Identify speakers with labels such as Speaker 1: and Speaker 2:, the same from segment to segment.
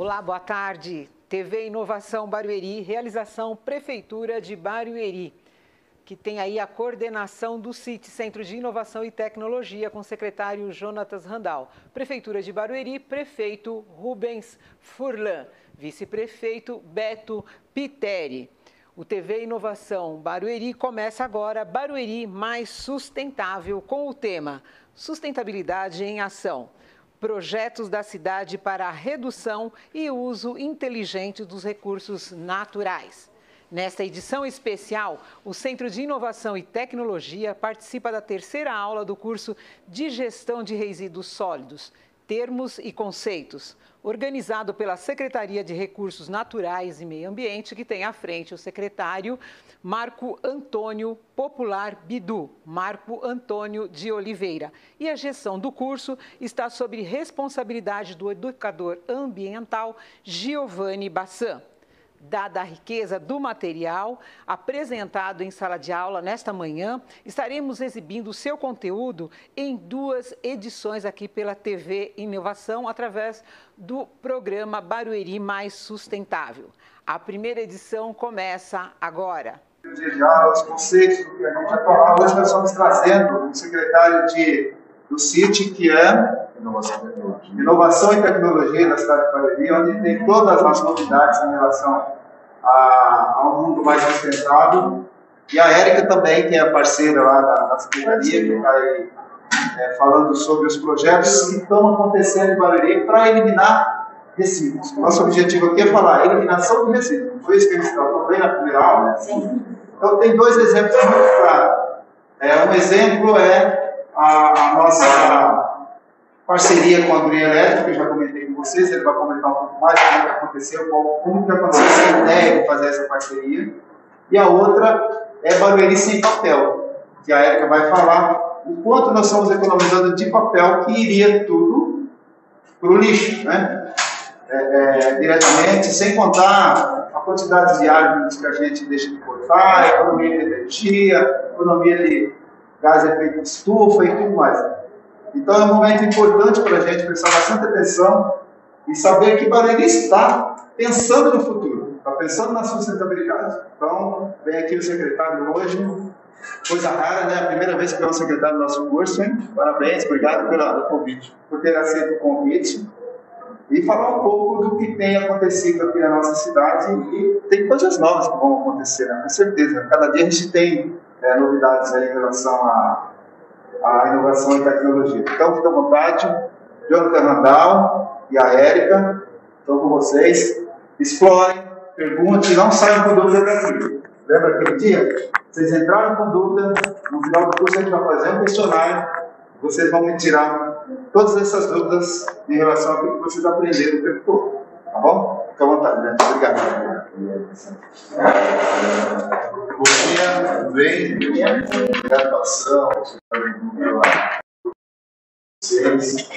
Speaker 1: Olá, boa tarde. TV Inovação Barueri, realização Prefeitura de Barueri, que tem aí a coordenação do CIT, Centro de Inovação e Tecnologia, com o secretário Jonatas Randall. Prefeitura de Barueri, prefeito Rubens Furlan, vice-prefeito Beto Piteri. O TV Inovação Barueri começa agora, Barueri mais sustentável, com o tema Sustentabilidade em Ação. Projetos da cidade para a redução e uso inteligente dos recursos naturais. Nesta edição especial, o Centro de Inovação e Tecnologia participa da terceira aula do curso de Gestão de Resíduos Sólidos, Termos e Conceitos, organizado pela Secretaria de Recursos Naturais e Meio Ambiente, que tem à frente o secretário Marco Antônio Popular Bidu, Marco Antônio de Oliveira. E a gestão do curso está sob responsabilidade do educador ambiental Giovanni Bassan. Dada a riqueza do material apresentado em sala de aula nesta manhã, estaremos exibindo o seu conteúdo em 2 edições aqui pela TV Inovação, através do programa Barueri Mais Sustentável. A primeira edição começa agora.
Speaker 2: Os conceitos do que a gente vai falar, hoje nós estamos trazendo o secretário do CIT, que é Inovação e Tecnologia da cidade de Barueri, onde tem todas as novidades em relação ao mundo mais sustentável. E a Érica também, que é a parceira lá da Secretaria, que vai falando sobre os projetos que estão acontecendo em Barueri para eliminar resíduos. Nosso objetivo aqui é falar a eliminação de resíduos. Foi isso que eles tratou bem na primeira aula, né? Então, tem 2 exemplos muito claros. Um exemplo é a nossa parceria com a Green Elétrica, que eu já comentei com vocês. Ele vai comentar um pouco mais como que aconteceu, como que aconteceu essa ideia de fazer essa parceria. E a outra é Barueri sem papel, que a Érica vai falar o quanto nós estamos economizando de papel, que iria tudo para o lixo, né? Diretamente, sem contar a quantidade de árvores que a gente deixa de cortar, a economia de energia, a economia de gás de efeito de estufa e tudo mais. Então é um momento importante para a gente prestar bastante atenção e saber que Barueri está pensando no futuro, está pensando na sustentabilidade. Então, vem aqui o secretário hoje, coisa rara, né? A primeira vez que é o secretário do nosso curso, hein? Parabéns, obrigado pelo convite, por ter aceito o convite. E falar um pouco do que tem acontecido aqui na nossa cidade, e tem coisas novas que vão acontecer, né? Com certeza. Cada dia a gente tem novidades aí em relação à inovação e tecnologia. Então, fica à vontade. Jonatas Randall e a Érica estão com vocês. Explorem, perguntem, não saiam com dúvida daqui. Lembra aquele dia? Vocês entraram com dúvida, no final do curso a gente vai fazer um questionário. Vocês vão me tirar todas essas dúvidas em relação ao que vocês aprenderam o tempo todo. Tá bom? Fica à vontade, né? Obrigado.
Speaker 3: Bom dia, tudo bem? Graduação, vocês.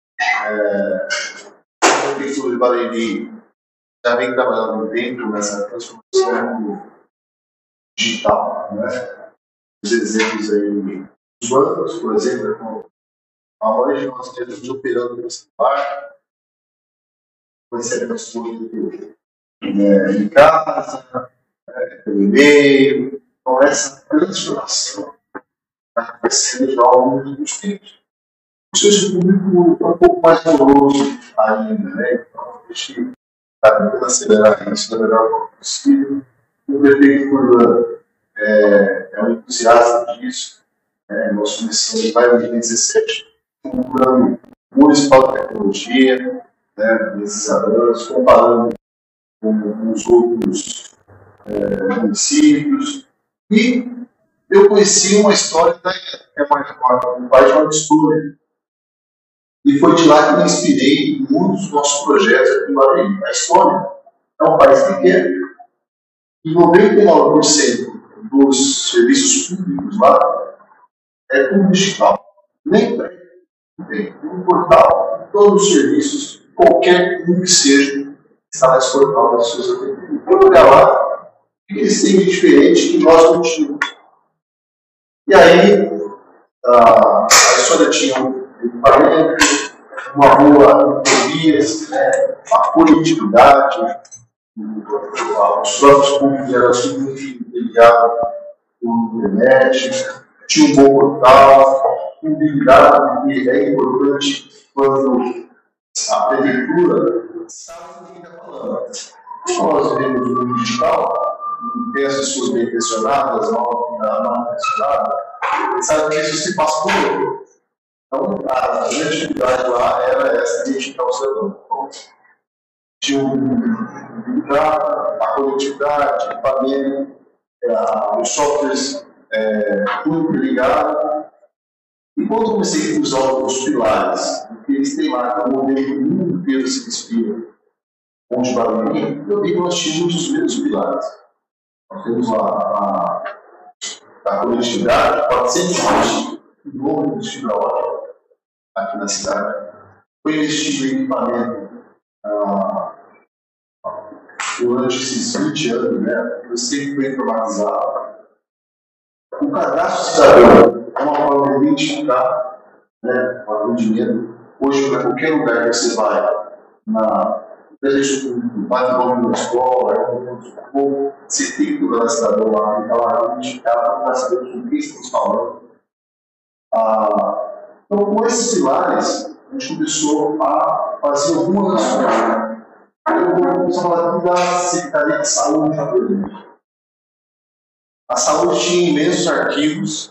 Speaker 3: A Prefeitura de Barueri já vem trabalhando dentro dessa transformação digital, né? Os exemplos aí. Os bancos, por exemplo, hoje nós temos operando no celular, recebemos tudo em casa, pelo e-mail. Então, essa transformação está acontecendo já ao longo dos tempos. O seu público está um pouco mais moroso ainda, né? Então, a gente está tentando acelerar isso da melhor forma possível. O prefeito Furlan é um entusiasta disso. Nós começamos em 2017 com um plano municipal de tecnologia, nesses anos, comparando com os outros municípios. E eu conheci uma história da um pai de uma história. E foi de lá que me inspirei em muitos dos nossos projetos aqui em Barueri. A Estônia é um país pequeno e 99% dos serviços públicos lá é tudo digital. Nem tem um portal, todos os serviços, qualquer um que seja, está nesse portal das suas atendentes. Vou olhar lá, o que eles têm de diferente que nós não tínhamos. E aí, a Estônia tinha um equipamento, uma boa vias, a coletividade, os próprios públicos eram muito ligados com a internet, tinha um bom portal, mobilidade, que é importante quando a prefeitura sabe o que está falando. Quando nós vemos o mundo digital, tem as pessoas bem intencionadas, mal intencionadas, sabe que isso se passa por ele. Então, a minha atividade lá era essa de editar o celular. Tinha a coletividade, equipamento, os softwares tudo ligado. E quando comecei a usar os pilares, porque eles têm lá, que o mundo inteiro se inspira, onde Barueri, eu vi que nós tínhamos os mesmos pilares. Nós temos lá a coletividade, 420 quilômetros de fibra ótica aqui na cidade. Foi investido em equipamento durante esses 20 anos, né? Eu sempre foi informatizado. O cadastro cidadão é uma forma de identificar, né, o atendimento. Hoje, para qualquer lugar que você vai, no patrimônio da escola, você tem que o cadastro cidadão lá, fica lá identificado para saber com quem estamos falando. Então, com esses pilares, a gente começou a fazer algumas ações. Eu vou começar a falar da Secretaria de Saúde, por exemplo. A saúde tinha imensos arquivos,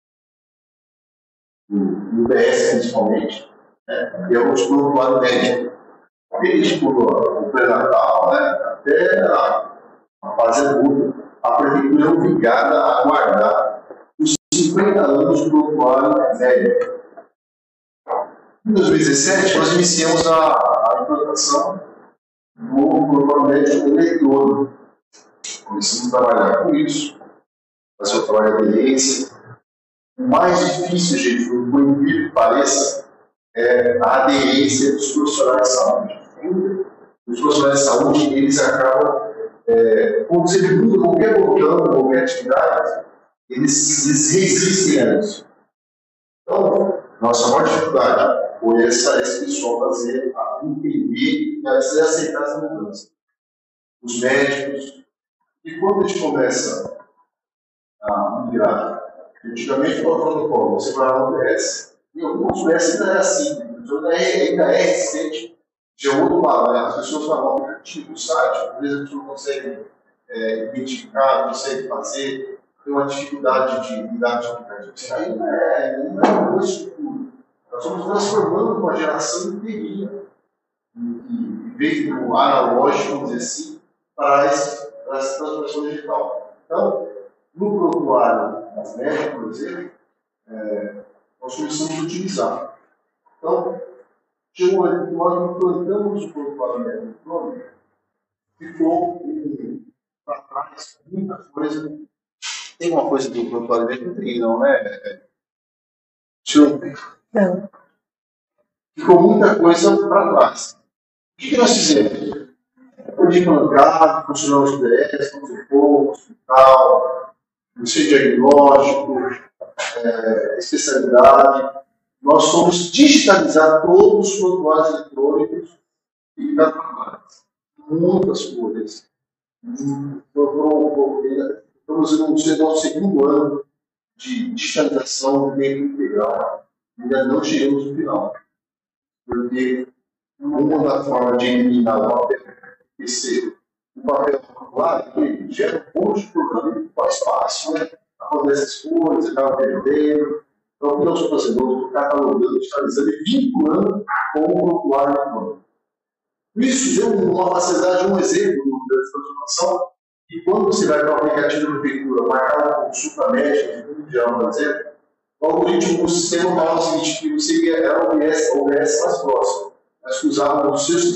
Speaker 3: no BS principalmente, né? E alguns por outro lado médico. Desde o pré-natal, né? Até a fase adulta, a prefeitura é obrigada a guardar os 50 anos do prontuário médico. Em 2017, nós iniciamos a implantação do prontuário médico eletrônico. Começamos a trabalhar com isso, fazer o trabalho de aderência. O mais difícil, gente, por incrível que pareça, é a aderência dos profissionais de saúde. Os profissionais de saúde, eles acabam, quando você muda qualquer botão, qualquer atividade, eles resistem a isso. Então, nossa maior dificuldade foi esse pessoal fazer, a entender e aceitar essa mudança. Os médicos. E quando a gente começa a migrar, antigamente eu estava falando como você vai no UBS. E alguns UBS ainda é assim, ainda é recente. De outro lado, né? As pessoas falam o aplicativo do site, às vezes a pessoa não consegue identificar, não consegue fazer, tem uma dificuldade de lidar com o aplicativo. Isso aí não é uma estrutura. Nós estamos transformando uma geração inteirinha, em vez do analógico, vamos dizer assim, para essa transformação digital. Então, no prontuário médico, por exemplo, nós começamos a utilizar. Então, chegou um momento que nós implantamos o prontuário eletrônico, ficou para trás muita coisa. Tem uma coisa do prontuário eletrônico, não, né? Não. Ficou muita coisa para trás. O que nós fizemos? Hoje bancado, funcionamos os DS, no hospital, no seu diagnóstico, especialidade. Nós fomos digitalizar todos os prontuários eletrônicos e cartões. Muitas coisas. Estamos no nosso segundo ano de digitalização do meio integral. Ainda não chegamos no final. Porque uma das formas de eliminar o papel, o papel popular, que gera um monte de problema, mais fácil, né? Acontece as coisas, acaba perdendo. Então, nós fazemos catalogando, digitalizando e vinculando com o prontuário eletrônico. Isso deu uma facilidade, um exemplo dessa transformação, e quando você vai para o aplicativo da prefeitura, marcar uma consulta médica, por exemplo, o algoritmo do sistema fala o seguinte, que você era o OBS mais próximo, mas que usava o seu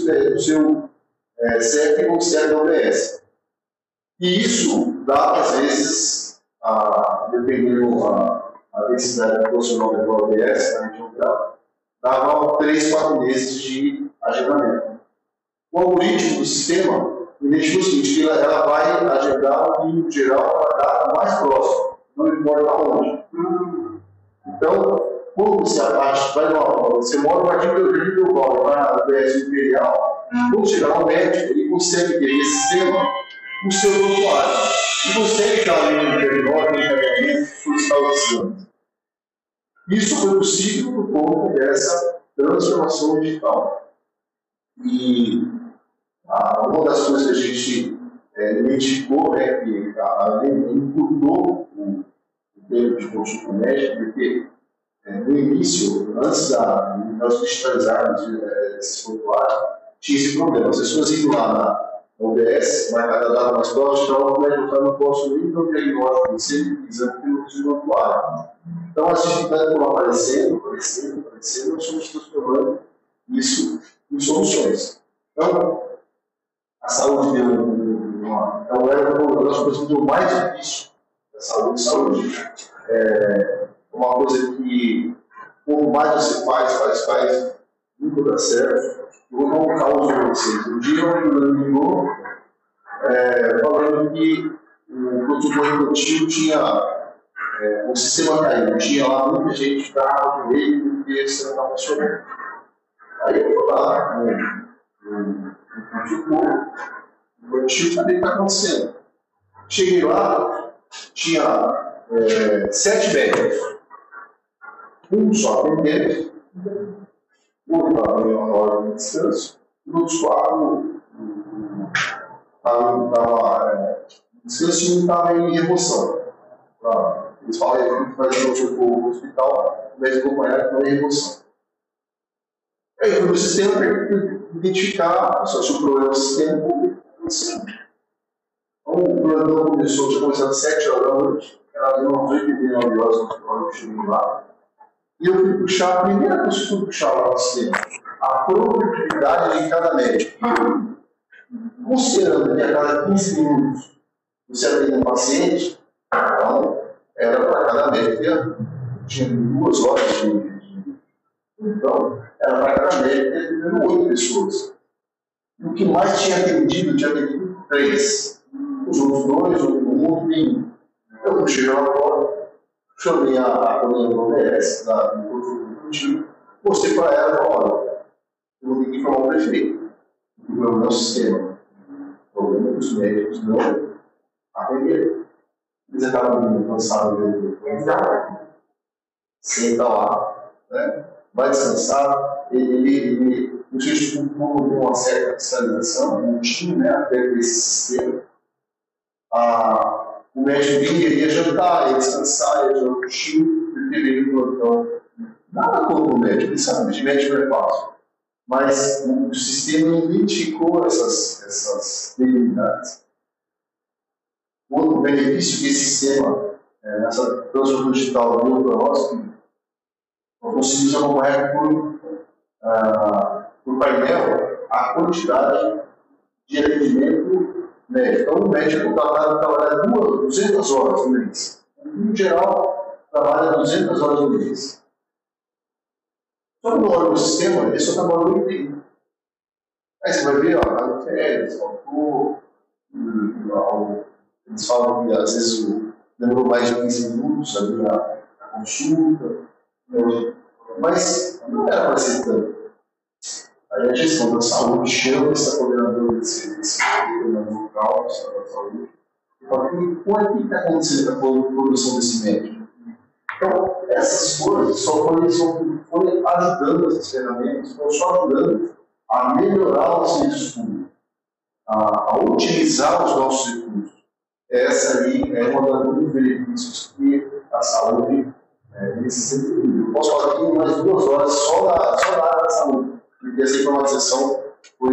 Speaker 3: CEP ou CEP da OBS. E isso dá, às vezes, dependendo a densidade proporcional da OBS, na região dela, dava 3, 4 meses de agendamento. O algoritmo do sistema identifica o seguinte, que ela vai agendar o mínimo geral para a data mais próxima, não importa onde. Então, quando você abaixa, você mora no Jardim do Val, vai na UBS Imperial, quando chegar ao médico, ele consegue ver esse sistema no seu prontuário. E consegue estar ali no diagnóstico, no tratamento, que você está usando. Isso foi possível por conta dessa transformação digital. E uma das coisas que a gente identificou é que a lei encurtou o tempo de consulta médica, porque no início, antes de nós digitalizarmos esses prontuários, tinha esse problema. As pessoas iam lá na UBS, marcar a data mais próxima, então o médico não posso nem dar o diagnóstico de sempre exame pelo prontuário. Então as dificuldades estão aparecendo, nós estamos transformando isso em soluções. Então, a saúde deu uma das coisas que deu mais difícil da saúde. Uma coisa que, quanto mais você faz, nunca dá certo. Eu vou dar um caos para vocês. Um dia eu me ligou falando que o protocolo reprodutivo tinha o sistema caiu, tinha lá muita gente que estava com ele porque o sistema estava funcionando. Aí eu fui lá, o tio, cadê o que está acontecendo? Cheguei lá, tinha 7 médicos, um só atendente, outro estava em uma hora de descanso, e outros 4 estavam em descanso e um estava em remoção. Eles falam que vai fazer o hospital, o médico acompanhado estava em remoção. Aí eu fui no sistema para identificar se o problema do sistema público. Então o plantão começou, tinha começado às 7 horas da noite, era umas 8h30, 9 horas, eu cheguei lá. E eu fui puxar, a primeira coisa que eu fui puxar lá no sistema, a produtividade de cada médico. Considerando que a cada 15 minutos você atende um paciente, então era para cada médico, tinha 2 horas de. Então, era para cada médico, tendo 8 pessoas. E o que mais tinha atendido 3. Os outros 2, o outro nenhum. Eu cheguei lá fora, chamei a colega do OBS, do produtivo, mostrei para ela, olha, eu vou ter que informar o prefeito. O problema é o sistema. O problema é que os médicos não atenderam. Eles acabam cansados de entrar, senta lá, né? Vai descansar, ele o juiz público deu uma certa fiscalização, não tinha, né, até esse sistema. O médico ia jantar, ia descansar, ia jogar o cochilo, preferir o plantão. Nada contra o médico, ele sabe, de médico é fácil. Mas o sistema não identificou essas debilidades. Outro benefício que esse sistema, nessa transformação digital, deu para nós, que nós conseguimos acompanhar por painel a quantidade de atendimento médico. Então, o médico é contratado para trabalhar 200 horas no mês. Em geral, trabalha 200 horas no mês. Só que no órgão do sistema, ele só trabalha no inteiro. Aí você vai ver, está no férias, faltou, eles falam que às vezes demorou mais de 15 minutos ali a consulta, mas não era para ser tanto. Aí a gestão da saúde chama essa coordenadora desse coordenador local, da saúde, e fala: como é que está acontecendo a produção desse médico? Então, essas coisas só foram ajudando essas ferramentas, foram só ajudando a melhorar os serviços públicos, a otimizar os nossos recursos. Essa aí é uma dos benefícios que a saúde nesse sentido. Eu posso falar aqui mais 2 horas só da área da saúde, porque essa informatização foi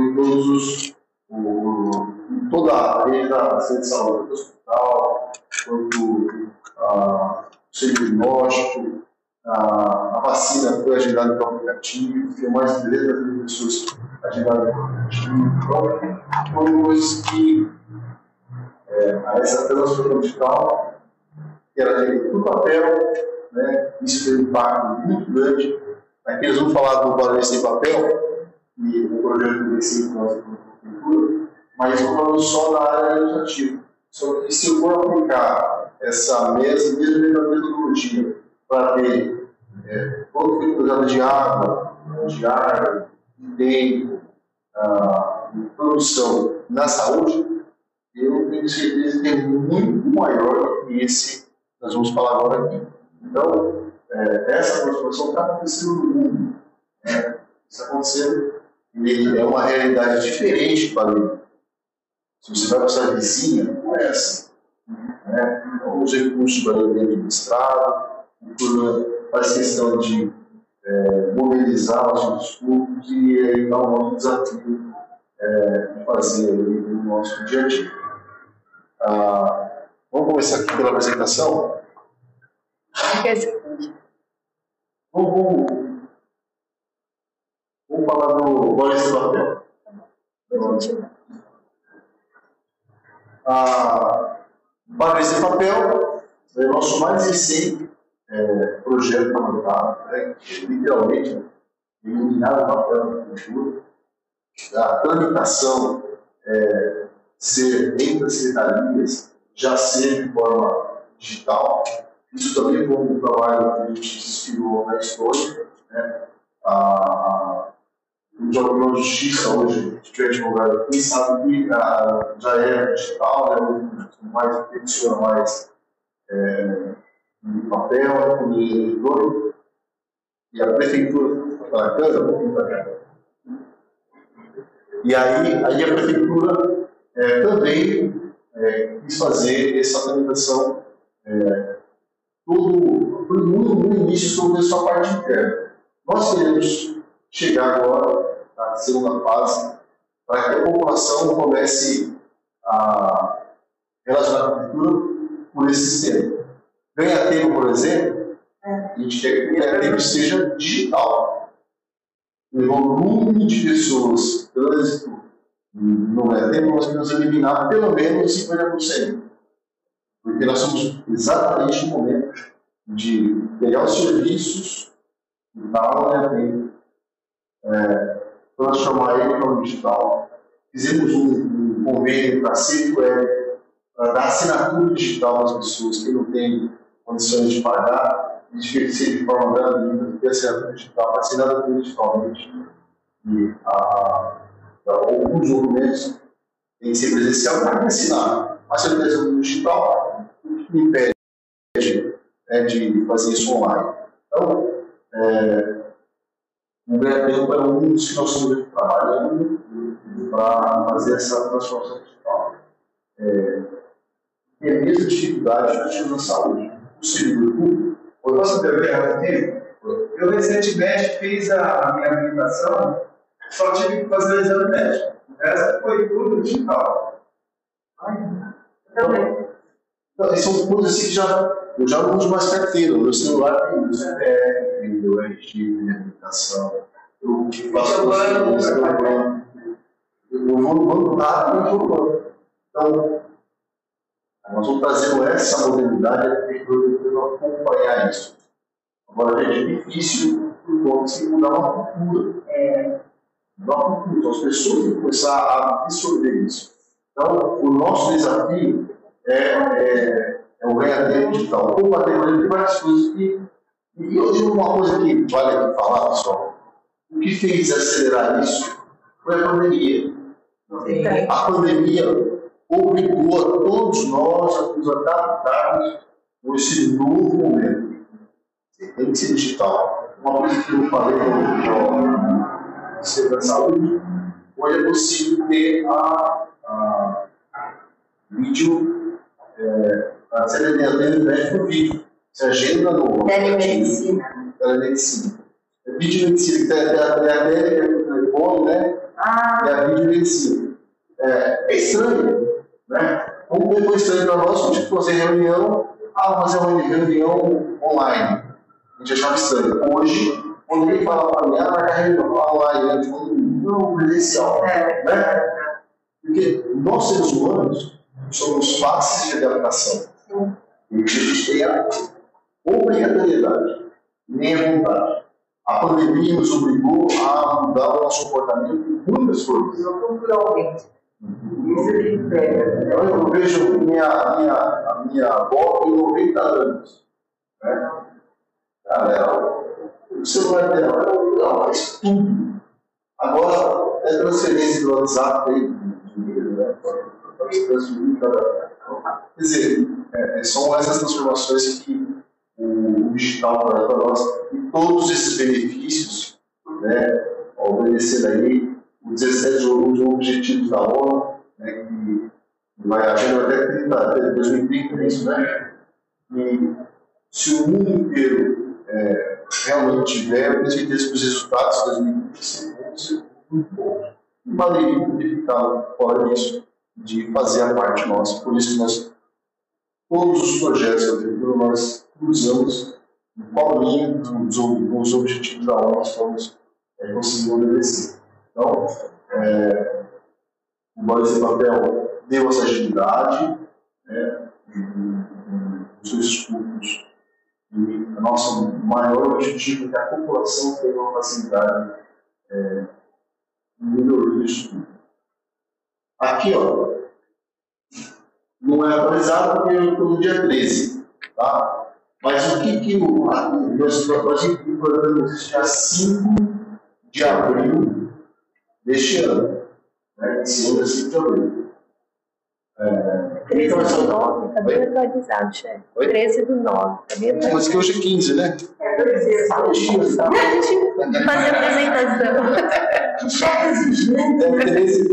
Speaker 3: em toda a rede da rede de saúde, do hospital, quanto o diagnóstico, a vacina foi agendada pelo aplicativo, tem mais de 300 mil pessoas agendadas pelo aplicativo. Então, foram coisas que essa transformação digital, que era feita por papel, né? Isso teve um impacto muito grande. Aqui eles vão falar do Barulho Sem Papel, e o projeto do BC que nós temos na prefeitura, mas eu falando só da área legislativa. Só que se eu for aplicar essa mesma metodologia para ter quando foi cuidado de água, de ar, de tempo, de produção na saúde, eu tenho certeza que é muito maior do que esse que nós vamos falar agora aqui. Então, essa transformação está acontecendo no mundo. Né? Isso está acontecendo e é uma realidade diferente para ele. Se você vai para a sua vizinha, não é essa. Né? Os recursos para ele dentro do Estado, faz questão de mobilizar os seus grupos e aí dá um nosso desafio de fazer no nosso dia a dia. Vamos começar aqui pela apresentação. Vamos falar do Boris de Papel. Boris de Papel é o nosso mais recente projeto montado, né, que literalmente eliminar o papel na cultura, a tramitação ser entre as secretarias, já ser de forma digital. Isso também foi um trabalho que a gente se inspirou na história. Né? O Tribunal de Justiça hoje, se tiver advogado, quem sabe que já é digital, né? Mais funciona mais no papel, no editor, e a prefeitura para a casa, um pouquinho para cá. E aí a prefeitura também quis fazer essa tramitação no início sobre a sua parte interna. Nós queremos chegar agora na segunda fase para que a população comece a relacionar a cultura por esse sistema. Ganha-tempo, por exemplo, a gente quer que o ganha-tempo seja digital. O volume de pessoas, trânsito, no ganha-tempo, nós queremos eliminar pelo menos 50%. Porque nós somos exatamente no momento de pegar os serviços e tal, ganha-tempo, transformar ele para o digital. Fizemos um convênio para a Circuel, para dar assinatura digital às pessoas que não têm condições de pagar, e de ser de forma gratuita, ter assinatura digital, para assinar tudo digitalmente. E alguns documentos têm que ser presencial para assinar. Mas se eu fizer no digital, o que me impede de fazer isso online? Então, o ganha-tempo é um dos que nós estamos trabalhando para fazer essa transformação digital. Tem a mesma dificuldade na saúde. O servidor público.
Speaker 2: Eu posso perguntar aqui? Eu recentemente fiz a minha habilitação, só tive que fazer o exame médico. O resto foi tudo digital.
Speaker 3: Também. Então, são coisas assim que eu já não uso mais carteira. O meu celular tem o CPF, tem o RG, tem a habilitação. Eu faço eu vou no banco rápido e vou no banco. Então, nós vamos trazer essa modernidade para acompanhar isso. Agora, gente, é difícil por conta de mudar uma cultura. As pessoas têm que começar a absorver isso. Então, o nosso desafio é o ganha-tempo digital. O patrimônio tem várias coisas que. E hoje, uma coisa que vale aqui falar, pessoal, o que fez acelerar isso foi a pandemia. A pandemia obrigou a todos nós a nos adaptarmos a esse novo momento. Tem que ser digital. Uma coisa que eu falei no Centro da Saúde, hoje é possível ter a vídeo, a CDD médico por vídeo. Você agenda no
Speaker 4: telemedicina.
Speaker 3: Videomedicina, que tem a telefone, né? E a videomedicina. É estranho, né? Como foi estranho para nós, tipo, fazer reunião, fazer uma reunião online. A gente achava estranho. Hoje, quando alguém fala para mim, vai reunião online, a gente fala, não, presencial. Né? Porque nós, seres humanos, somos fáceis de adaptação. E a gente tem a obrigatoriedade, nem a vontade. A pandemia nos obrigou a mudar o nosso comportamento em muitas coisas.
Speaker 4: Culturalmente. Isso é que pega.
Speaker 3: Eu vejo a minha avó tem 90 anos. Né? Cara, O celular dela, não, faz tudo. Agora, é transferência do WhatsApp, dinheiro, né? Quer dizer, são essas transformações que o digital traz para nós, e todos esses benefícios, né, obedecendo aí os 17 objetivos da ONU, né, que vai agir até 2030, é isso, né? E se o mundo inteiro realmente tiver, eu tenho certeza que os resultados de 2025 vão ser muito bons. E vale ficar fora disso, de fazer a parte nossa. Por isso que nós, todos os projetos da prefeitura, nós cruzamos em qual linha dos objetivos da ONU nós estamos conseguindo obedecer. Então, o Boris Papel deu essa agilidade, os seus estudos. E o nosso maior objetivo é que a população tenha uma facilidade melhoria disso tudo. Aqui, ó, não é atualizado porque eu estou no dia 13, tá? Mas o que nós implantamos dia 5 de abril deste ano, né? Segunda, 5 de abril.
Speaker 4: 13 do 9, está bem atualizado, chefe. 13 do 9, está bem atualizado.
Speaker 3: Mas que hoje é 15, né?
Speaker 4: É 2 dias. De fazer a apresentação. Que chefe exigente.
Speaker 3: É 13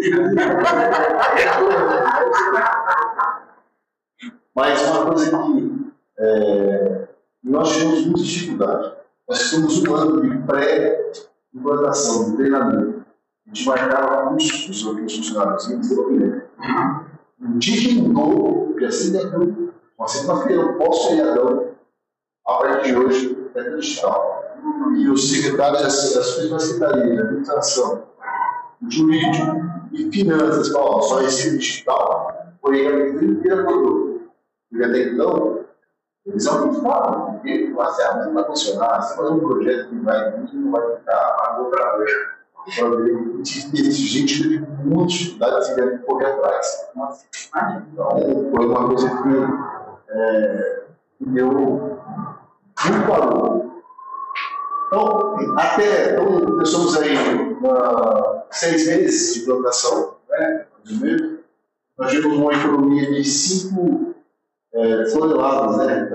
Speaker 3: Mas uma coisa que nós tivemos muita dificuldade. Nós ficamos um ano de pré-implantação, de treinamento. A gente marcava cursos dos outros funcionários em desenvolvimento. Dignou, dia 5 de abril, uma segunda-feira, pós-feriadão, a partir de hoje, é digital. E os secretários das mesmas secretarias de administração, jurídico e finanças, só esse digital, porém a prefeitura inteira mudou. Porque até então, eles não acreditavam, porque não vai funcionar, se fazer um projeto que vai vir, não vai ficar outra vez. Gente que teve muita dificuldade de correr atrás. Então, foi uma coisa que deu muito valor. Então, nós estamos aí 6 meses de implantação, né? Nós tivemos uma economia de 5 toneladas, né?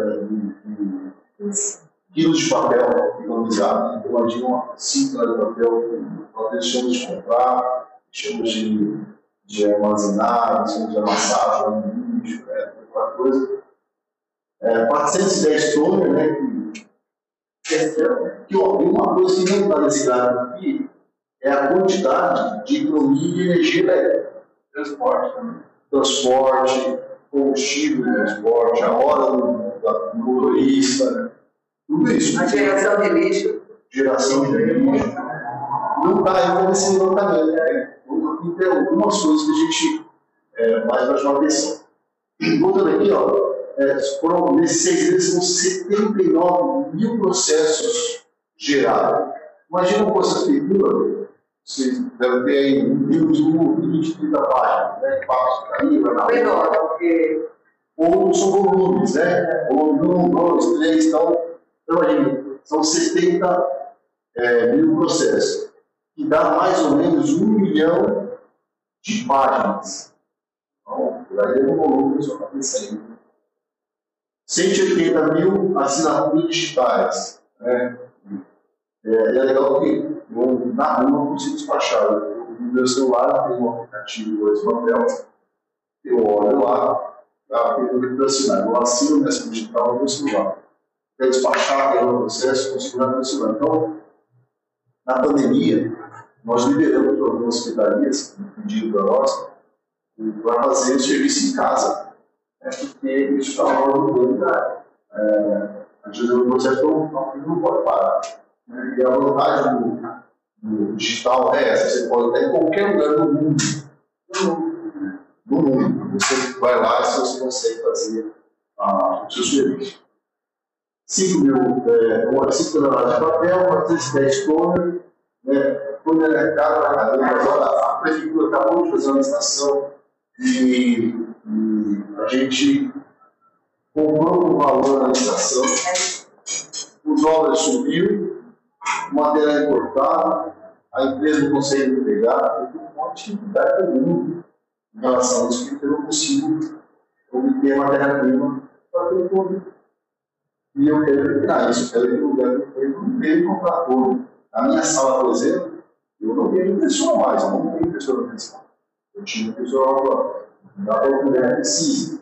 Speaker 3: Quilos de papel economizado. Então, imagina 5 toneladas de papel que nós deixamos de comprar, deixamos de armazenar, deixamos de amassar, no lixo, outra coisa. 410 toneladas, né? Que uma coisa que não está nesse dado aqui é a quantidade de economia de energia elétrica. Transporte também. Transporte, combustível do transporte, a hora do motorista, né? Tudo isso.
Speaker 4: A geração de lixo.
Speaker 3: Geração de lixo. Não está ainda nesse levantamento, né? Tem algumas coisas que a gente mais vai chamar atenção. Voltando aqui, ó, foram, nesses 6 meses, são 79 mil processos gerados. Imagina um processo de prefeitura, vocês devem ter aí um livro de 20, 30 páginas, né? Papos cair, vai na
Speaker 4: menor, porque.
Speaker 3: Ou são volumes, né? Volume 1, 2, 3, então imagina, são 70 mil processos, que dá mais ou menos 1 milhão de páginas. Então, por aí é um volume que só está pensando. 180 mil assinaturas digitais. Né? É legal que eu, na rua, eu consigo despachar. No meu celular tem um aplicativo do papel, eu olho lá, eu vou assinar. Eu assino nessa digital no meu celular. Quer despachar pelo processo, consigo no meu celular. Então, na pandemia, nós liberamos algumas secretarias, pedindo para nós, para fazer o serviço em casa. Porque isso está na hora do plano. A gente o processo não pode parar. E a vantagem do digital é essa: você pode estar em qualquer lugar do mundo. Você vai lá e você consegue fazer o seu serviço. 5 toneladas de papel, 410 toneladas, quando é mercado na cadeia, a prefeitura acabou de fazer uma licitação e a gente comprou um valor na licitação, o dólar subiu, o material importado, a empresa não consegue entregar, tem uma dificuldade comum em relação a isso, porque eu não consigo obter matéria-prima para ter o público. E eu quero eliminar isso, eu quero que o lugar que eu não tenho comprar tudo. Na minha sala, por exemplo, eu não tenho pessoa mais, eu não tenho pessoa na minha sala. Eu tinha pessoa agora. Dá para o que precisa.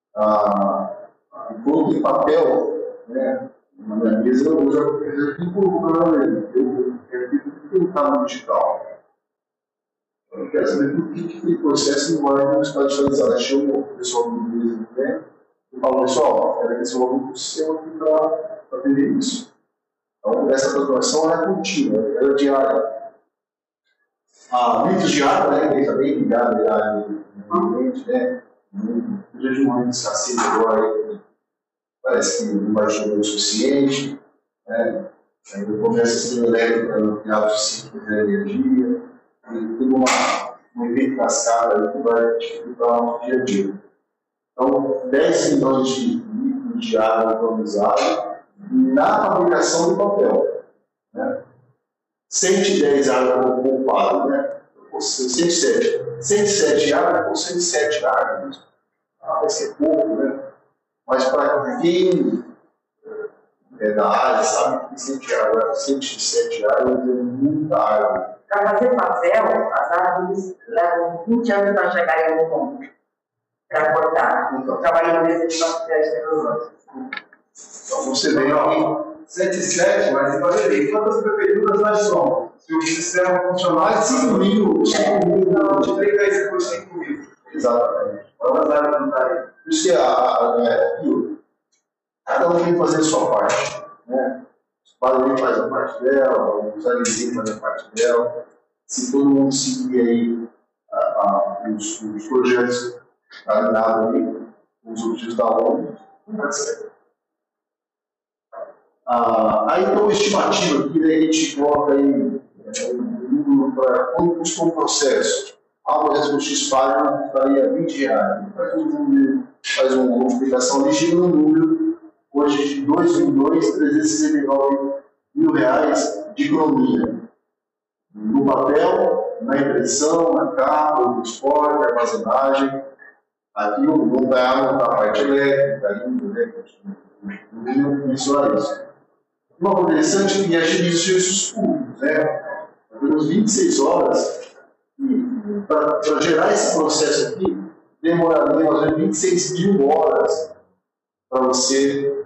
Speaker 3: Quando tem papel, né, na minha mesa, eu já fico procurando ele. Eu quero que não está no digital. Eu quero saber por que aquele processo não vai estar digitalizado. Aí chega o pessoal do inglês, né? E fala, pessoal, quero que esse aluno do sistema aqui para vender isso. Então, essa transformação é contínua, é diária. Mitos de água, né? Ele está bem ligado no ambiente, né? No dia de um ano de escassez agora, parece que não vai chover o suficiente, né? Aí começa a ser elétrica no final do ciclo de energia, e tem um efeito cascada que vai dificultar o nosso dia a dia. Então, 10 milhões de litros de água economizados na fabricação do papel. Né? 110 água poupada, né? 107. 107 água por 107 água. Vai ser pouco, né? Mas para quem é da área, sabe que 107 água é muita água.
Speaker 5: Para fazer papel, as árvores levam 20 anos para chegarem no ponto. Para cortar. Então, trabalhando nesse materiais tecnológicos.
Speaker 3: Então você vem aqui.
Speaker 2: 107, mas em Barueri, quantas prefeituras nós somos? Se o sistema funcionar, 5 mil. Multiplica por 5 mil.
Speaker 3: Exatamente.
Speaker 2: Quantas áreas não está aí?
Speaker 3: Por isso que cada um tem que fazer a sua parte. Né? O Barueri faz a parte dela, os alimentos fazem a parte dela. Se todo mundo seguir aí os projetos alinhados aí, os objetivos da ONU, não vai ser. Aí tem uma estimativa que a gente coloca aí para quanto custa um processo. Uma resposta dispara estaria R$20. Faz uma multiplicação ali, chega no número hoje de R$2.369.000 de economia. No papel, na impressão, na capa, no transporte, na armazenagem. Aqui não está a parte elétrica ainda, né? Não mencionar isso. Uma coisa interessante é que agiliza os serviços públicos, né? Temos 26 horas e para gerar esse processo aqui, demoraria mais ou menos 26 mil horas para você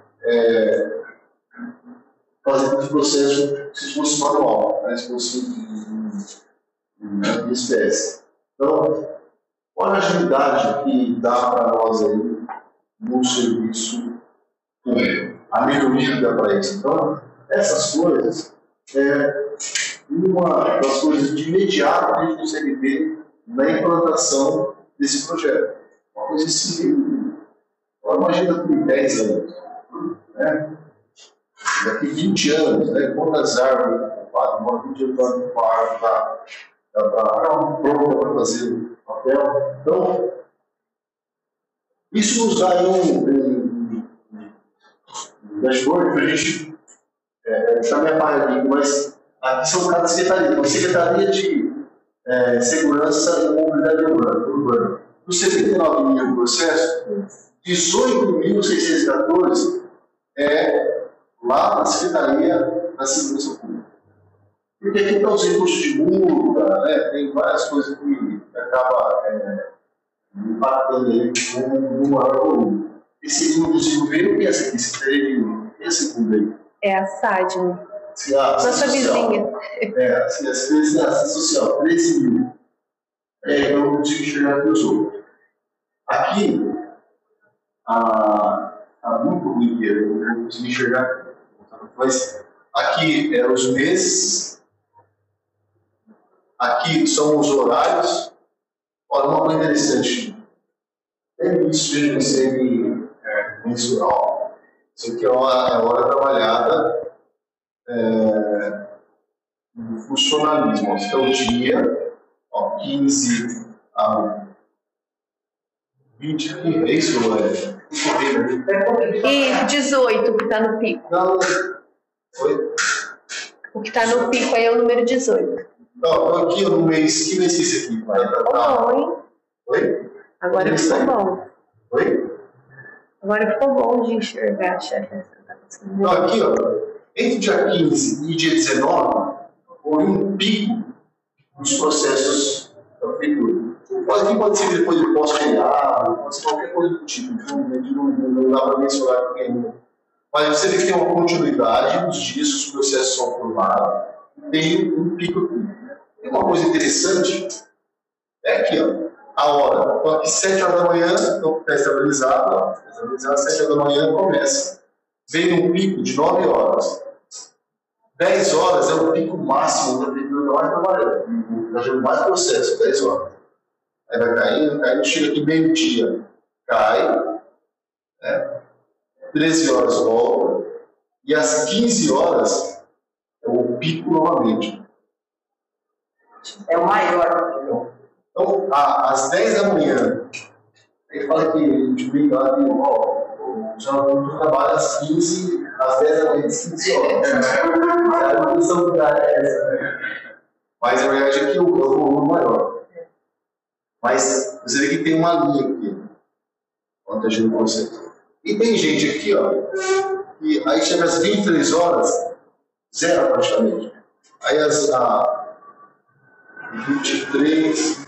Speaker 3: fazer esse processo se fosse manual, né? Se fosse em espécie. Então, olha a agilidade que dá para nós aí no serviço público. A melhoria que dá para isso. Então, essas coisas uma das coisas de imediato que a gente consegue ver na implantação desse projeto. Uma coisa assim, imagina por 10 anos. Né? Daqui 20 anos, né? Quantas árvores ocupadas? 20 anos está pronta para fazer papel. Então, isso nos dá um dashboard para a gente chamar a paradigma, mas aqui são cada secretaria. Uma secretaria de segurança e mobilidade urbana. Dos 79 mil processos, 18.614 é lá na Secretaria da Segurança Pública. Porque aqui estão os recursos de multa, né? Tem várias coisas que acabam impactando aí no maior volume. Esse inclusive veio, e essa aqui, esse fundo aí?
Speaker 4: É a SADM.
Speaker 3: Nossa
Speaker 4: vizinha.
Speaker 3: Assim, a Segurança Social, 13 mil. Eu não consigo enxergar aqui os outros. Aqui, muito ruim que eu não consigo enxergar. Mas aqui os meses. Aqui são os horários. Olha, uma coisa interessante. Tem isso de você mensural. Isso aqui é a hora trabalhada no funcionalismo. Esse é o dia, 15 a 20, é isso, Lorena?
Speaker 4: E 18, que está no pico.
Speaker 3: Não, foi.
Speaker 4: O que está no pico aí é o número 18.
Speaker 3: Então, aqui no mês, que mês é esse aqui?
Speaker 4: Ficou bom, hein?
Speaker 3: Oi?
Speaker 4: Agora ficou bom.
Speaker 3: Oi?
Speaker 4: Agora ficou bom de enxergar, chefe.
Speaker 3: Então, aqui, ó, entre o dia 15 e dia 19, houve um pico nos processos da prefeitura. Pode ser depois de pós-feriado, pode ser qualquer coisa do tipo, não dá para mencionar com nenhum. Mas você vê que tem uma continuidade nos dias que os processos são formados, tem um pico aqui. E uma coisa interessante é aqui, ó, a hora. Então, aqui 7 horas da manhã, então está estabilizado, ó, 7 horas da manhã começa. Vem um pico de 9 horas. 10 horas é o pico máximo da prefeitura mais trabalhando. Está fazendo mais processo, 10 horas. Aí vai caindo, chega aqui meio-dia, cai, né? 13 horas volta, e às 15 horas é o pico novamente.
Speaker 5: É o maior.
Speaker 3: Então, às 10 da manhã, ele fala que a gente brinca lá que já trabalha às 15, às 10 da manhã, às 15 horas. A condição que dá é essa, né? Mas a verdade é que o volume é maior. Mas você vê que tem uma linha aqui, onde a gente consegue. E tem gente aqui, ó, que aí chega às 23 horas, zero praticamente. Aí às 23,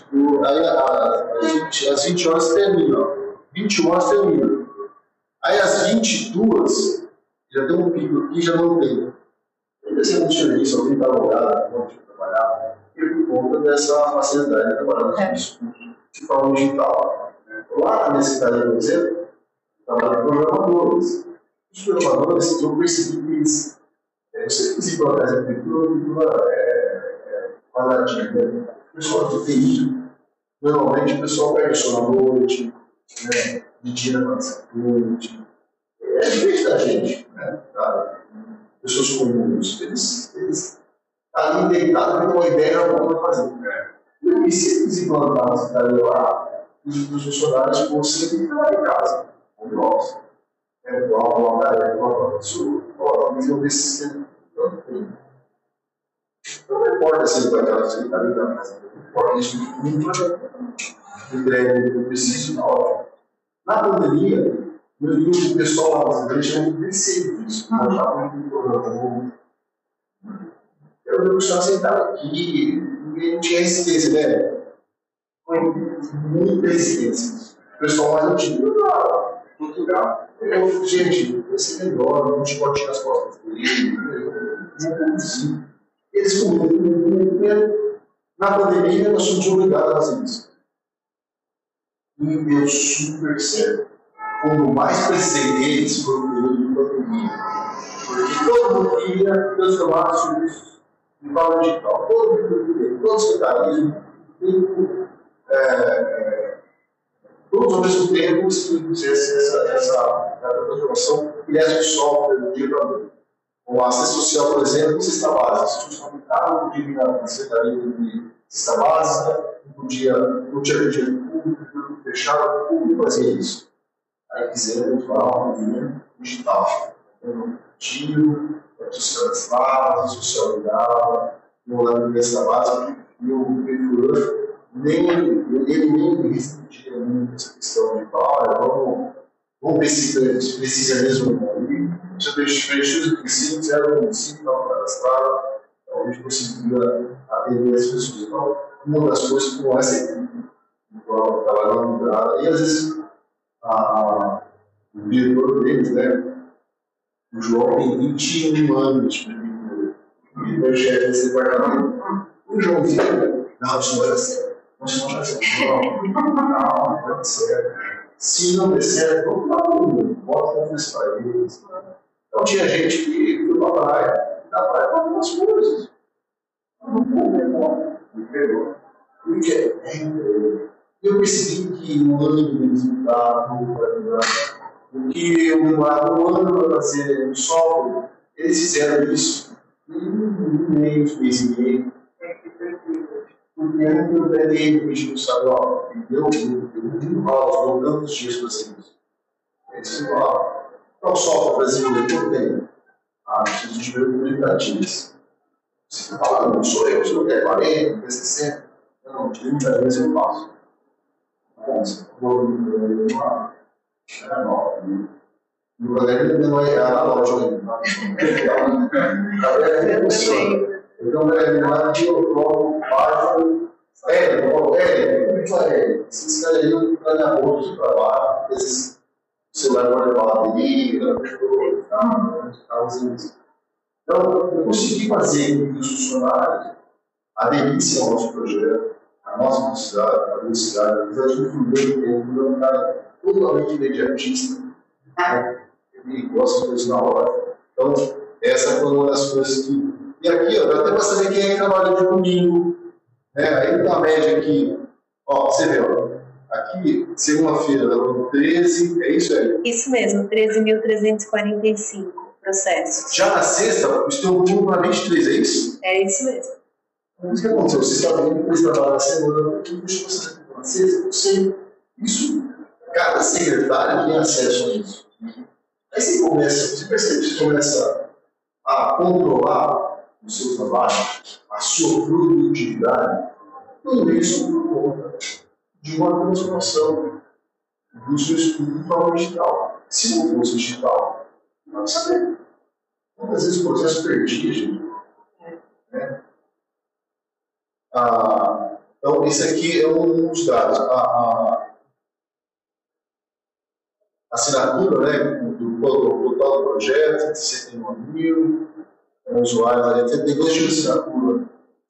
Speaker 3: aí às 20 horas termina, ó. 21 horas termina. Aí às 22, já tem um pico aqui, já não tem. Ainda sendo de serviço, alguém está alugado, pode trabalhar, e por conta dessa facilidade de trabalhar de forma digital. Lá na minha cidade, por exemplo, trabalho com programadores. Os programadores, eu percebi que eles, você precisa colocar essa pintura quadradinha, né? O pessoal de TI, normalmente o pessoal pega isso na noite, né? De dia na noite. É diferente da gente, né? Pessoas comuns, eles ali deitados têm uma ideia de como fazer. E se eles implantassem cidade lá, os funcionários fossem trabalhar em casa, como nós. Uma tarefa, isso, desenvolver esse sistema. Não importa se ele vai estar secretário da casa, não importa isso, eu preciso na hora. Na pandemia, meu grupo de pessoal lá, eles chamam de terceiro disso, não achavam que o programa. Eu estava sentado aqui, ninguém tinha resistência, né? Foi muita resistência. O pessoal mais antigo, Portugal. Gente, esse melhor, um chicotinho nas costas dele, eles comiam. Na pandemia, nós somos obrigados a fazer isso. E deu super certo. Quando mais precisei deles foi o período de pandemia. Porque todo mundo queria transformar os serviços de forma digital. Todo mundo queria, todo o sectarismo, todos ao mesmo tempo se fizesse essa transformação e essa software do dia para noite. Com a assistência social, por exemplo, cesta básica. As pessoas fabricavam, podia vir na secretaria de cesta básica, não tinha dinheiro público, fechado, o público fazia isso. Aí fizemos lá um dinheiro digital. Tiro, social das bases, social ligava, no lado da cesta básica, e o prefeitura ele nem respondia muito essa questão de falar, vamos ver se precisa mesmo. Se eu fechei os princípios, era um município, não cadastrado, então a gente conseguia atender as pessoas. Então, uma das coisas que não é sempre, trabalhando no grado, e às vezes o diretor deles, né, o João tem 21 anos de prefeitura, e meu chefe desse departamento, o Joãozinho, não, isso não vai dar certo. Não vai certo. Se não der certo, vamos lá, bota confiança para eles. Então tinha gente que foi para a praia, na praia para algumas coisas. Me pegou. Eu percebi que o ano deles mudaram, porque eu demorava um ano para fazer um software, eles fizeram isso em um mês e meio. Porque eu peguei o bicho do Samuel, deu tantos dias para ser isso. Eles falaram, qual software brasileiro que eu tenho? Preciso de ver comunicativos. Você está falando, não sou eu, você não quer 40, não quer 60. Não, 30 vezes eu faço. Você falou uma. É nova. E o Valério não é analógico ainda. É funciona. Então, na que eu coloco página. Se esse cara aí não está na bolsa de trabalho, você vai levar a bateria, então, eu consegui fazer com que os funcionários aderissem ao nosso projeto, à nossa velocidade, apesar de que o primeiro tempo é um cara totalmente imediatista, ele gosta de coisas na hora. Então, essa foi uma das coisas que. E aqui, ó, dá até para saber quem é que trabalha de domingo. Aí na média aqui, ó, você vê, ó, aqui, segunda-feira, 13, é isso aí?
Speaker 4: Isso mesmo, 13.345 processos.
Speaker 3: Já na sexta, estou um para 23, é isso?
Speaker 4: É isso mesmo.
Speaker 3: O que aconteceu? Você está vendo que eles trabalham na semana, porque você na sexta, eu sei. Isso, cada secretário tem acesso a isso. Aí você percebe, você começa a controlar o seu trabalho, a sua produtividade, tudo isso por conta de uma transformação do seu estudo para o digital. Se não fosse digital, não vai saber. Muitas vezes o processo perdia, gente. Então, isso aqui é um dos dados. A assinatura, né, do total do projeto, 61.000 usuários, a gente tem 2 tipos de assinatura.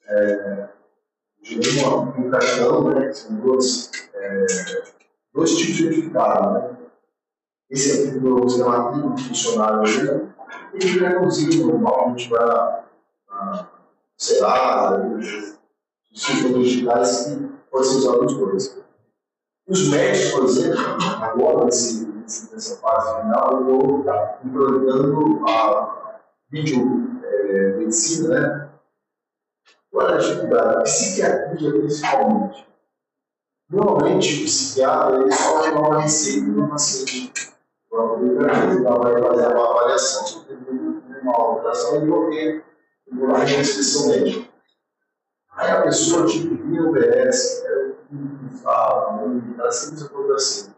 Speaker 3: Um cartão, né, que são dois tipos de certificado. Né? Esse aqui do sistema ativo de funcionário, ele é reduzido normalmente para, sei lá, os sistemas digitais que podem ser usados dois. Os médicos, por exemplo, agora nessa fase final, eu estou implantando a videomedicina, né? Qual é a dificuldade? A psiquiatria, principalmente. Normalmente, o psiquiatra ele só dá uma receita do paciente. Ele vai fazer uma avaliação sobre uma alteração e bloqueio uma restrição médica. Aí a pessoa, tipo, vinha obedece, fala, está sempre se assim.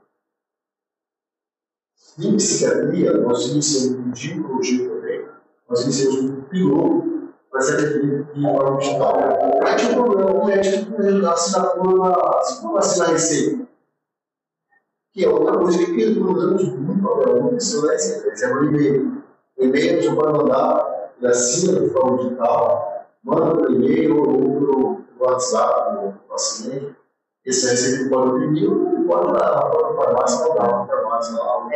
Speaker 3: Em psiquiatria, nós iniciamos um ginecologia também, nós iniciamos um piloto para ser definido de forma digital. Aí tinha um problema, o médico assinatura, como assinar a receita? Que é outra coisa que usamos muito para o excelência, é o e-mail. O e-mail a gente pode mandar, ele assina de forma digital, manda por e-mail ou pelo WhatsApp do paciente. Esse receita pode imprimir ou pode dar para a farmácia ou dar para a farmácia lá.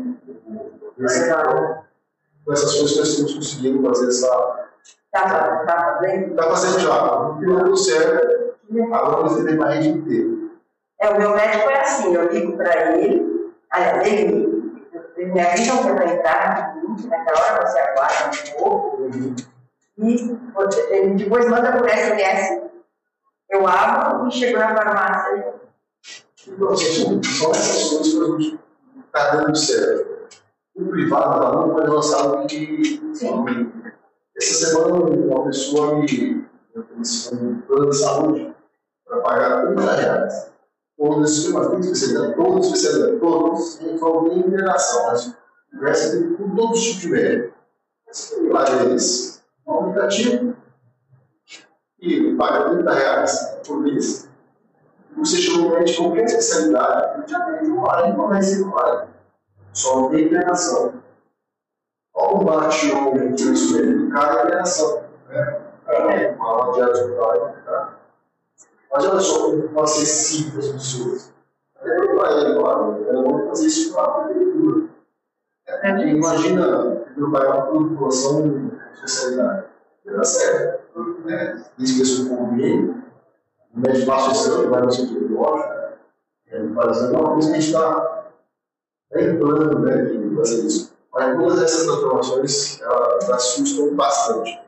Speaker 3: Com essas coisas nós estamos conseguindo fazer essa. Está fazendo já. O piloto serve, agora você tem uma rede inteira.
Speaker 5: O meu médico é assim, eu ligo para ele, ele me avisa que eu vou entrar, naquela hora você aguarda um pouco, e ele depois manda por SMS, eu abro e chego na farmácia.
Speaker 3: Então, são essas coisas que a gente está dando certo. O privado da mão pode lançar algo que. Essa semana uma pessoa me ofereceu um plano de saúde para pagar R$30. Todas especialidades, todos, não falam nem internação, mas conversa com todos os tipos de médico. Você tem lá deles um aplicativo e paga R$30 por mês. Você chegou no médico qualquer especialidade, já tem online, não vai ser online. Só não tem internação. Olha o bate ou o preço dele, cada internação. Uma aula de hospital. Mas olha só como acessível as pessoas. Eu vou fazer isso para a prefeitura. Imagina meu pai uma população de especialidade. Dá certo. Isso que eu sou convênio, o médico passa o exame, vai no centro de loja, fazendo uma coisa que a gente está plano de fazer isso. Mas todas essas transformações elas assustam bastante.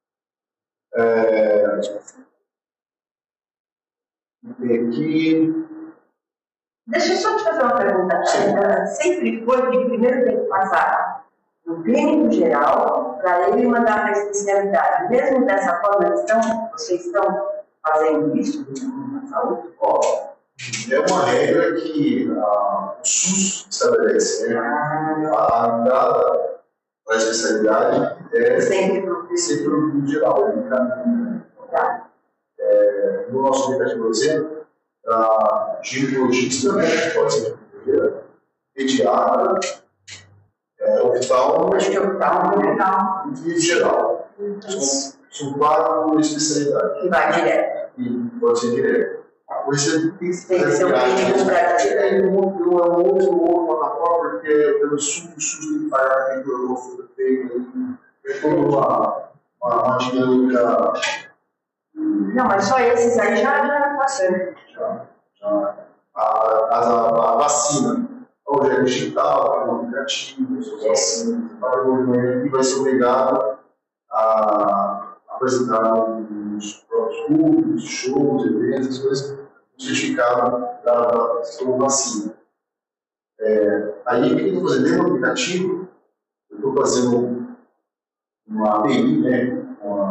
Speaker 3: Aqui.
Speaker 5: Deixa eu só te fazer uma pergunta. Sempre foi que primeiro tem que passar do clínico geral para ele mandar para a especialidade. Mesmo dessa forma, vocês estão fazendo isso na saúde?
Speaker 3: É uma regra que o SUS estabelece, né? A entrada para a especialidade é sempre no geral. No nosso aplicativo, por exemplo, ginecologista, né? Pode ser enfermeira, pediatra, oftalmo e geral. São 4 especialidades.
Speaker 5: Que vai direto.
Speaker 3: E pode ser direto. Você
Speaker 5: tem que ser um clínico prático.
Speaker 3: É um outro plataforma, porque pelo SUS tem que pagar a feitura feita aí. É toda uma dinâmica.
Speaker 5: Não, mas só esses aí já passando.
Speaker 3: A vacina, o gel digital, o aplicativo, as vacinas, e vai ser obrigado a apresentar os próprios públicos, shows, eventos, essas coisas, certificado da sua vacina. Aí, o que eu estou fazendo? Dentro do aplicativo, eu estou fazendo uma API, né?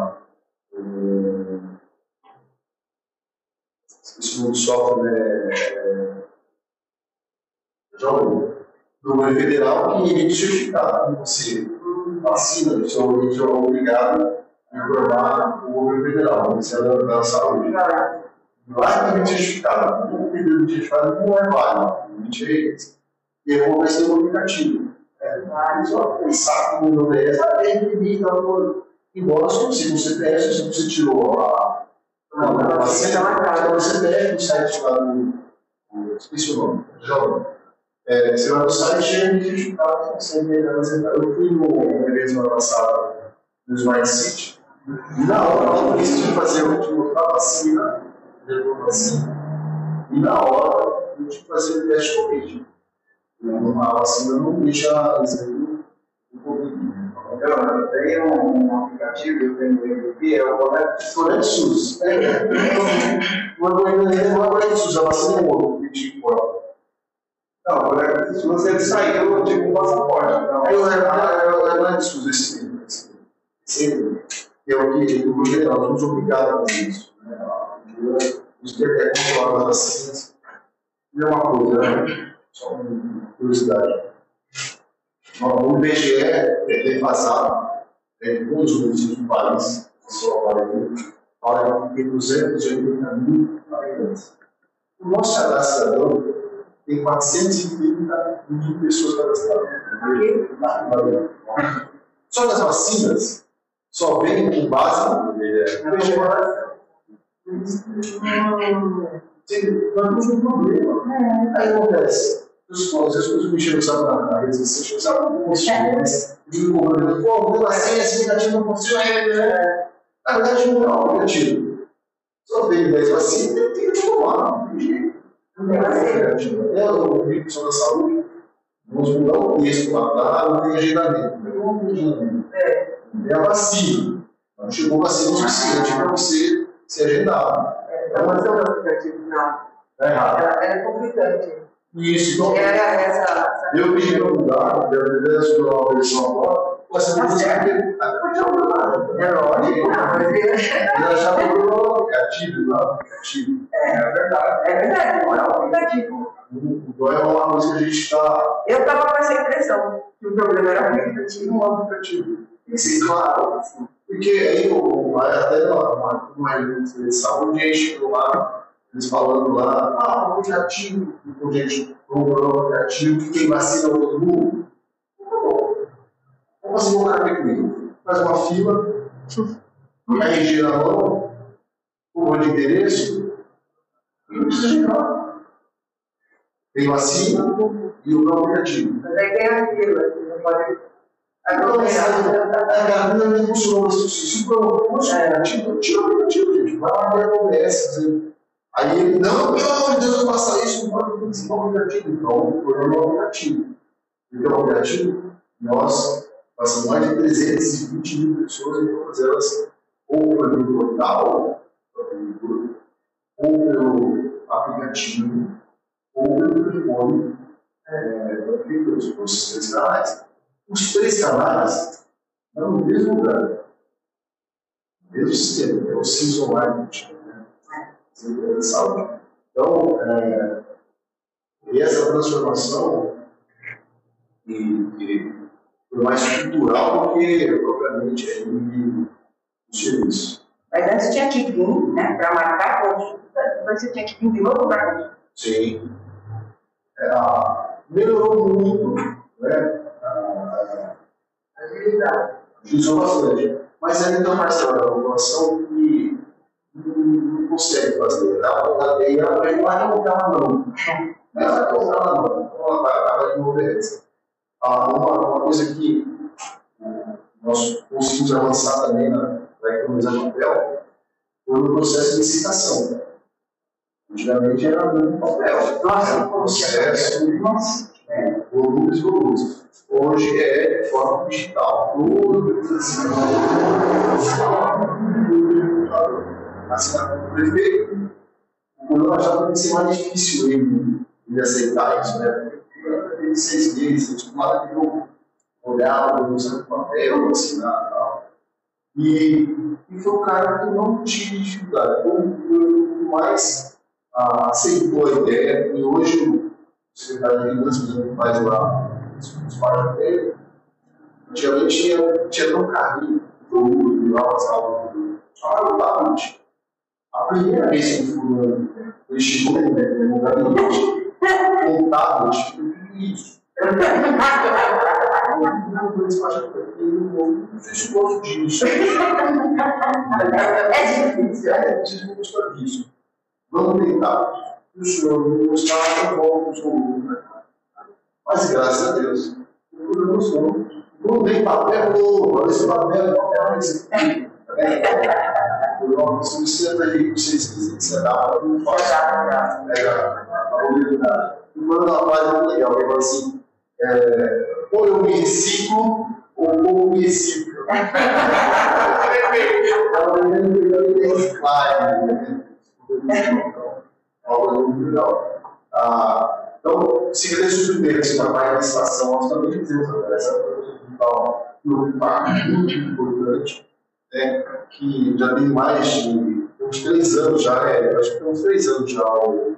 Speaker 3: Esse novo software do governo federal que emite certificado. Você vacina, você é obrigado a informar o governo federal, o Ministério da Saúde. Lá que emite certificado, o pedido de certificado não é válido, emite eles. E eu vou ver se tem um aplicativo. Só pensar que o meu BS tem que emitir, embora se você CPF, se você tirou você deve no site lá esqueci o nome, você vai no site e ele certificado, eu fui no evento semana passada no Smart City, e na hora eu preciso fazer o último da vacina, e na hora eu tive que fazer o teste Covid. A vacina não deixa exemplo do Covid.
Speaker 2: Tem um aplicativo, eu tenho ele aqui, é o Conect
Speaker 3: SUS. Não é Conect SUS, a vacina é outro,
Speaker 2: Não, o Conect SUS ele saiu tipo um passaporte. Então,
Speaker 3: é Conect SUS, esse é o que o geral, somos obrigados a fazer isso. Os que é controlado das vacinas. E é uma coisa, né? Só uma curiosidade. O IBGE é defasado, todos os municípios do país, fala que tem 280 mil habitantes. O nosso cadastrador tem 430 mil pessoas cadastradas. Só das vacinas, só vem com base no IBGE. Nós temos um problema. Aí acontece. As coisas mexeram, sabe, na rede social, sabe, não funciona. Pô, deu assim, esse aplicativo não funciona. Na verdade, não é um aplicativo. Só tem 10 vacinas, tem que tomar. Não tem jeito. Não é aplicativo. O Ministério da Saúde, vamos mudar o texto lá, não tem agendamento. Não tem agendamento. É a vacina. Não chegou vacina suficiente para você se agendar.
Speaker 5: A noção do aplicativo, não.
Speaker 3: É errado.
Speaker 5: Ela é complicante.
Speaker 3: Isso, então,
Speaker 5: essa...
Speaker 3: eu pedi para mudar, porque a verdade é uma versão agora, você não consegue.
Speaker 5: É lógico,
Speaker 3: Eu achava que era um aplicativo, não é um aplicativo.
Speaker 5: É verdade, não é um aplicativo.
Speaker 3: Então é uma coisa que a gente está.
Speaker 5: Eu estava com essa impressão, que o problema era aplicativo.
Speaker 3: Um aplicativo. E sim, claro, assim, porque aí até uma rede de saúde, a gente chegou lá. Eles falando lá, o aplicativo, o gente comprou um aplicativo que tem vacina para todo mundo. Vamos fazer um cara comigo. Faz uma fila, RG na mão, o de endereço, e não precisa de nada. Tem vacina e o aplicativo.
Speaker 5: Mas aí tem a fila, que não pode.
Speaker 3: A garganta não funcionou. Se tira o aplicativo, gente. Vai lá ver a OBS. Aí ele, não, pelo amor de Deus, não faça isso, não pode participar do aplicativo. Então, o programa é o aplicativo. Porque o aplicativo, nós passamos mais de 320 mil pessoas e todas elas, ou pelo portal, ou pelo aplicativo, ou pelo telefone, pelos canais. Os 3 canais estão no mesmo lugar. Mesmo sistema, que é o CIS Online, né? Secretaria de Saúde. Então, e essa transformação foi mais cultural do que propriamente o serviço.
Speaker 5: Mas antes tinha que vir, né, para marcar a consulta, depois você tinha que vir de novo para a consulta.
Speaker 3: Sim. Melhorou muito, né? Agilizou bastante. Mas ainda tem uma parcela da população que não consegue fazer. Ela vai colocar na mão. Ela vai colocar na mão. Ela vai acabar de mover essa. Uma coisa que nós conseguimos avançar também para economizar papel foi no processo de licitação. Antigamente era no papel. Nossa, o processo, volumes. Hoje é de forma digital. Assinatura do prefeito. Quando nós já tem que ser mais difícil de aceitar isso, né? Tem 6 meses, acostumado a olhar, usando papel, assinar e tal. E foi um cara que não tinha dificuldade. Foi mais aceitou a ideia, e hoje o secretário de Finanças que faz lá os páginas dele, antigamente tinha um carrinho do lá passava a primeira vez que ele chegou no gabinete, um tablet, eu vi isso. Não vou despachar para ele, não fiz gosto disso.
Speaker 5: É difícil.
Speaker 3: É difícil disso. Vamos tentar. O senhor não gostava, eu volto, o senhor. Mas graças a Deus, eu não sou. Não tem papel novo, esse papel é papel nesse aqui. Se você está aí, você dá para não fazer. Pega a mobilidade. E quando ela faz é muito legal, ele fala assim: ou eu me reciclo, ou eu me reciclo. Algo muito legal. Então, se cresce primeiro esse trabalho de estação, nós também fizemos essa coisa digital, que é um impacto muito importante, né, que já tem mais de uns 3 anos já, acho que tem uns 3 anos já,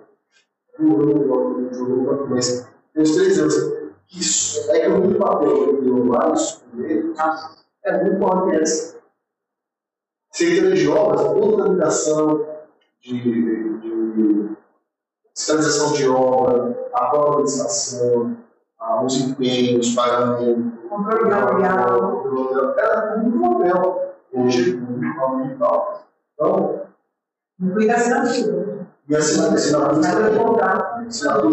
Speaker 3: mas tem uns 3 anos. Isso é que eu muito papel, eu tenho vários primeiros, é muito bom a criança. Secretaria de obras, toda a ligação de fiscalização de obra, a própria licitação, os empenhos, pagamento,
Speaker 5: controle material,
Speaker 3: era muito papel. Hoje, muito papel digital. Então,
Speaker 5: inclinação de tudo.
Speaker 3: E assinatura de contrato,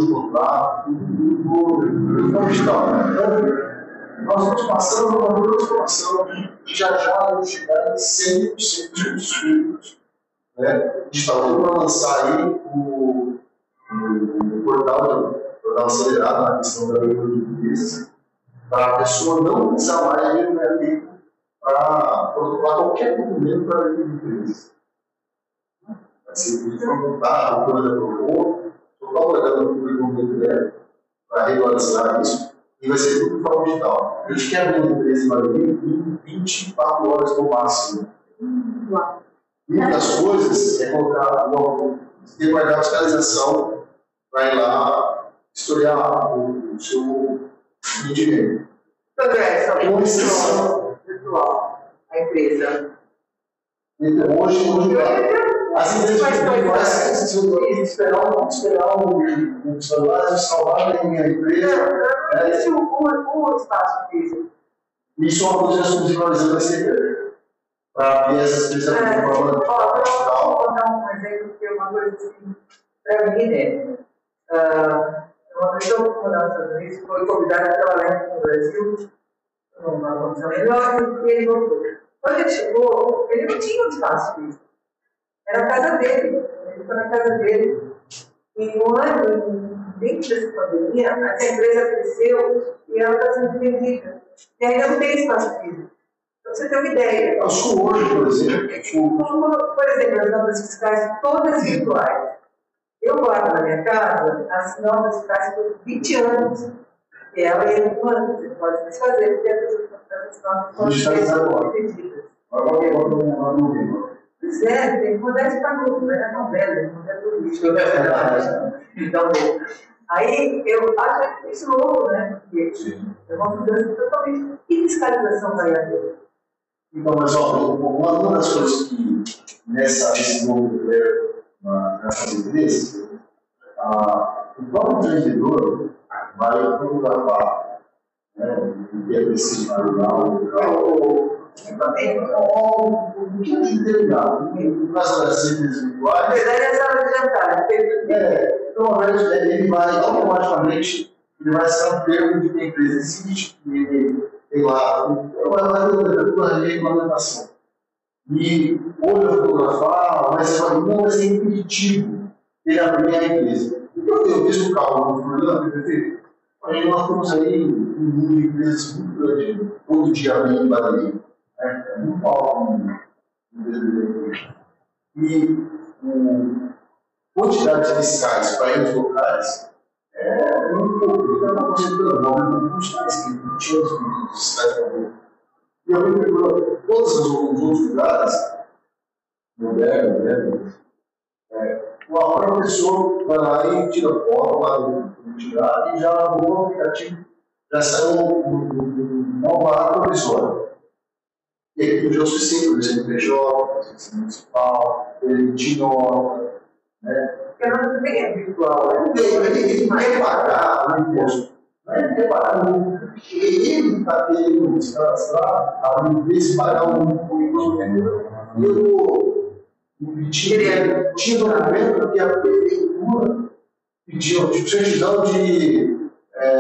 Speaker 3: tudo digital. Então, nós vamos passando por uma transformação que já vamos chegar em 100% dos estudos. Digital, para lançar aí o portal acelerado na questão da língua de português, para a pessoa não precisar mais de livro para protocolar qualquer documento para a língua de português. Vai ser formatado, por exemplo, estou trabalhando no currículo para regularizar isso, e vai ser tudo de forma digital. A gente quer abrir uma empresa em Madrid em 24 horas no máximo. Uma das coisas é colocar ter guardar a fiscalização para ir lá historiar o seu rendimento.
Speaker 5: André, só virtual, a empresa.
Speaker 3: Então, hoje as empresas têm que esperar um celular salvar a minha empresa.
Speaker 5: Esse é o espaço físico.
Speaker 3: Isso é uma coisa que nós estamos visualizando essa ideia. Para ver essas empresas de forma digital.
Speaker 5: Vou dar um exemplo que é uma coisa assim, para mim, né? Uma pessoa que foi nos Estados Unidos foi convidada a trabalhar no Brasil, numa condição melhor, e ele voltou. Quando ele chegou, ele não tinha um espaço físico. Era a casa dele. Ele foi na casa dele. E um ano, dentro dessa pandemia, essa empresa cresceu e ela está sendo vendida. E ainda não tem espaço físico. Para você ter uma ideia.
Speaker 3: Acho que hoje, por exemplo,
Speaker 5: por exemplo, as notas fiscais todas virtuais. Eu guardo na minha casa as notas fiscais por 20 anos. que ela e ele você pode desfazer, porque essas notas são pedidas. Pois é, tem que mudar isso para grupo, não é novela, não é política. Então, aí eu acho isso louco, né? Porque é uma mudança totalmente. Que fiscalização vai haver?
Speaker 3: Então, mas uma das coisas que nesse novo governo, nessas empresas, o próprio empreendedor vai fotografar, né? O que é preciso o que é determinado? No caso das empresas virtuais.
Speaker 5: Na verdade, é sala de jantar.
Speaker 3: Então, ele vai automaticamente ser um termo de que a empresa existe, que tem lá uma regulamentação. E hoje eu fotografar, mas não vai ser impeditivo ele abrir a empresa. Então, eu fiz o cálculo do Fernando, prefeito. Nós temos aí um número de empresas muito grande, todo dia abrindo em Bahia. É muito alto. E quantidades fiscais para eles locais é muito pouco. Ele está concentrando quantidades que não tinha os pedidos fiscais para ver. E eu me pergunto, todos os outros lugares, modernos, uma hora a pessoa vai lá e tira foto lá do tirar e já arrumou o aplicativo, já saiu uma barra provisória. E aqui já é o suficiente para o CNPJ, o municipal, emitir nota, né?
Speaker 5: Porque não tem virtual, né?
Speaker 3: Ele quer pagar o imposto. Ele quer pagar o imposto. Ele está querendo se cadastrar, a empresa pagar o imposto. E eu tinha documento que a prefeitura pediu, tipo, certidão de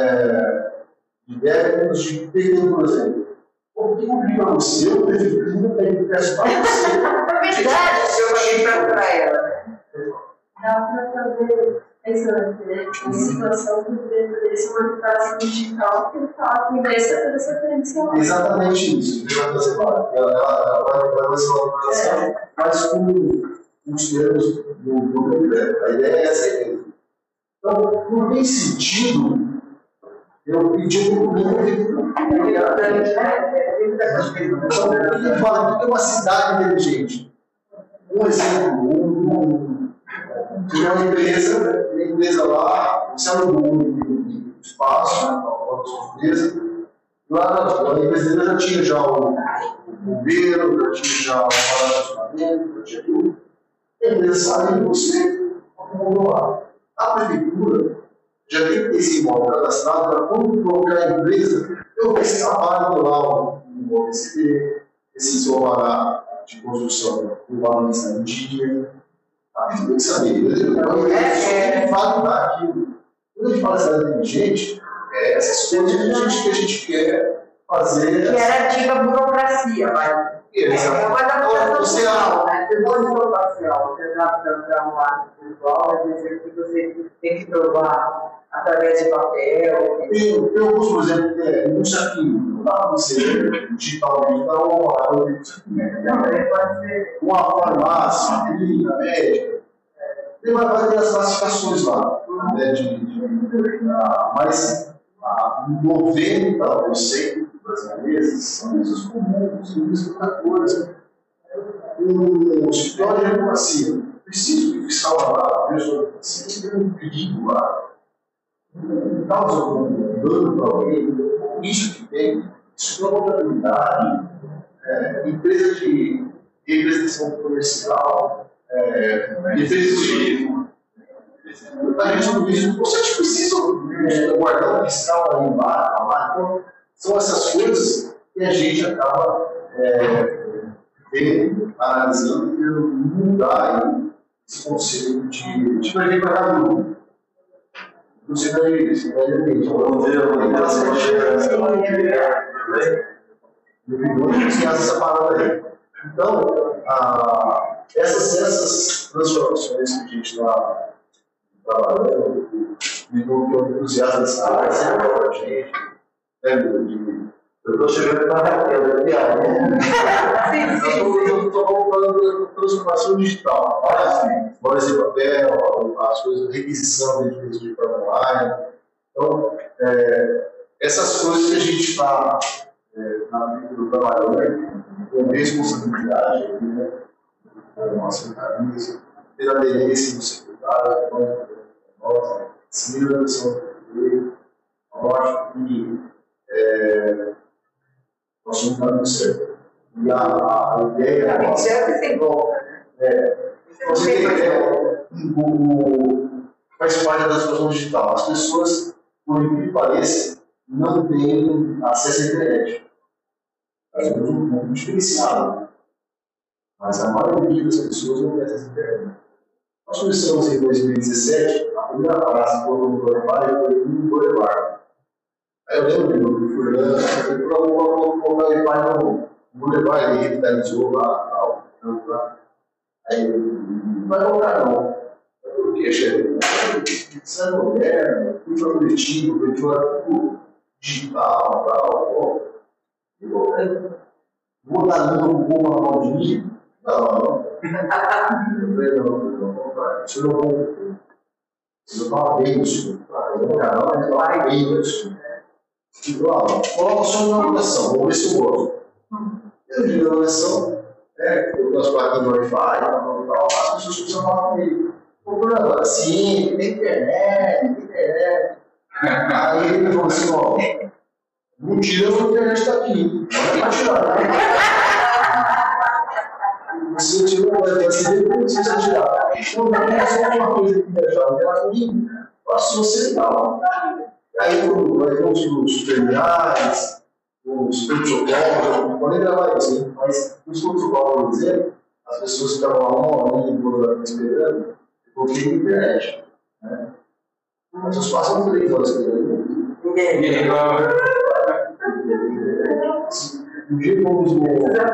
Speaker 3: débitos de período, por exemplo. O que eu vi para você, eu prefiro que peço para você.
Speaker 5: É verdade, eu falei para ela.
Speaker 4: Dá para fazer pensando, né? Em situação que poderia ser uma educação digital que fala que merece toda essa tradição.
Speaker 3: Exatamente isso. Ela vai fazer uma educação, mas com os termos do governo. A ideia é essa aí. Então, não tem sentido eu pedir um documento que fala que é uma cidade inteligente. Um exemplo, tinha uma empresa lá, você alugou um espaço, uma empresa, lá a empresa já tinha já o bombeiro, já tinha já o relacionamento, já tinha tudo. A empresa saiu e você acomodou lá. A prefeitura já tem que ter esse imóvel cadastrado para quando colocar a empresa, eu ver esse trabalho lá, esse alvará de construção, o valor em dia. A gente tem que saber, ele validar aquilo. Quando a gente fala de cidade inteligente, essas coisas que a gente quer fazer.
Speaker 5: Que era a antiga burocracia, vai.
Speaker 3: Exato.
Speaker 5: Você não parcial, você está para um lado virtual, às vezes que você tem que provar através de papel.
Speaker 3: Tem alguns, por exemplo, que é um saquinho. Não dá para você digitalmente dar uma hora de saquinho.
Speaker 5: Pode ser
Speaker 3: uma farmácia, clínica, médica. Ele vai ter as classificações lá. Né, mas 90% das empresas são empresas comuns, empresas produtoras. O escritório de advocacia, preciso que o fiscal lá, a pessoa de advocacia, tem um perigo lá. Causa algum dano para alguém, o risco que tem, isso é uma oportunidade, empresa de representação comercial, defesa civil. A gente não diz, vocês precisam guardar um fiscal ali embaixo, são essas coisas que a gente acaba vendo, analisando e mudar aí esse conceito de perder para cada um. Você vai ver isso, vai ver isso. Vamos ver, essa parada aí. Então, essas transformações que a gente está trabalhando, me deu entusiasmo dessa área, sempre para a gente. Eu estou chegando para a Raquel, né? Eu estou falando da transformação digital. Bora ser papel, as coisas, requisição de forma online. Então, essas coisas que a gente está na vida do trabalhador, com responsabilidade, né? Nossa camisa, ter aderência do secretário, nossa, sim, a pessoa dele. Eu acho que nós somos caminho certo. E a ideia é nossa. Você tem ideia, faz parte da situação digital. As pessoas, por incrível que pareça, não têm acesso à internet. Nós temos um ponto diferenciado, mas a maioria das pessoas não tem acesso à internet. Nós começamos em 2017, a primeira praça que eu no Boulevard foi no Boulevard. Aí eu lembro do Furlan, eu vou colocar no Boulevard, ele revitalizou lá, tal. Aí não vai colocar não. Por que, chefe? Isso é moderno, cultura coletiva, cultura digital, tal. Vou dar um pouco na mão de mim? Não. Isso não vou. Isso não é bem isso. No canal, mas não é bem isso. Coloca só uma anotação, vamos ver se eu gosto. Eu digo a anotação, eu gosto plaquinhas do Wi-Fi, as pessoas precisam falar comigo. Agora, sim, tem internet. Aí ele falou assim: ó, não tira a internet está aqui. Não tirar. Você tirou, você depois você vai tirar. Então, não é só uma coisa que me deixava, ela comigo, passou a ser legal. Aí, nós vamos os terminais, os protocolos, eu podem gravar isso, mas os protocolos, por exemplo, as pessoas ficavam lá uma hora esperando, porque tem internet. Né? As pessoas passam 3 horas esperando. Ninguém. Um dia fomos no.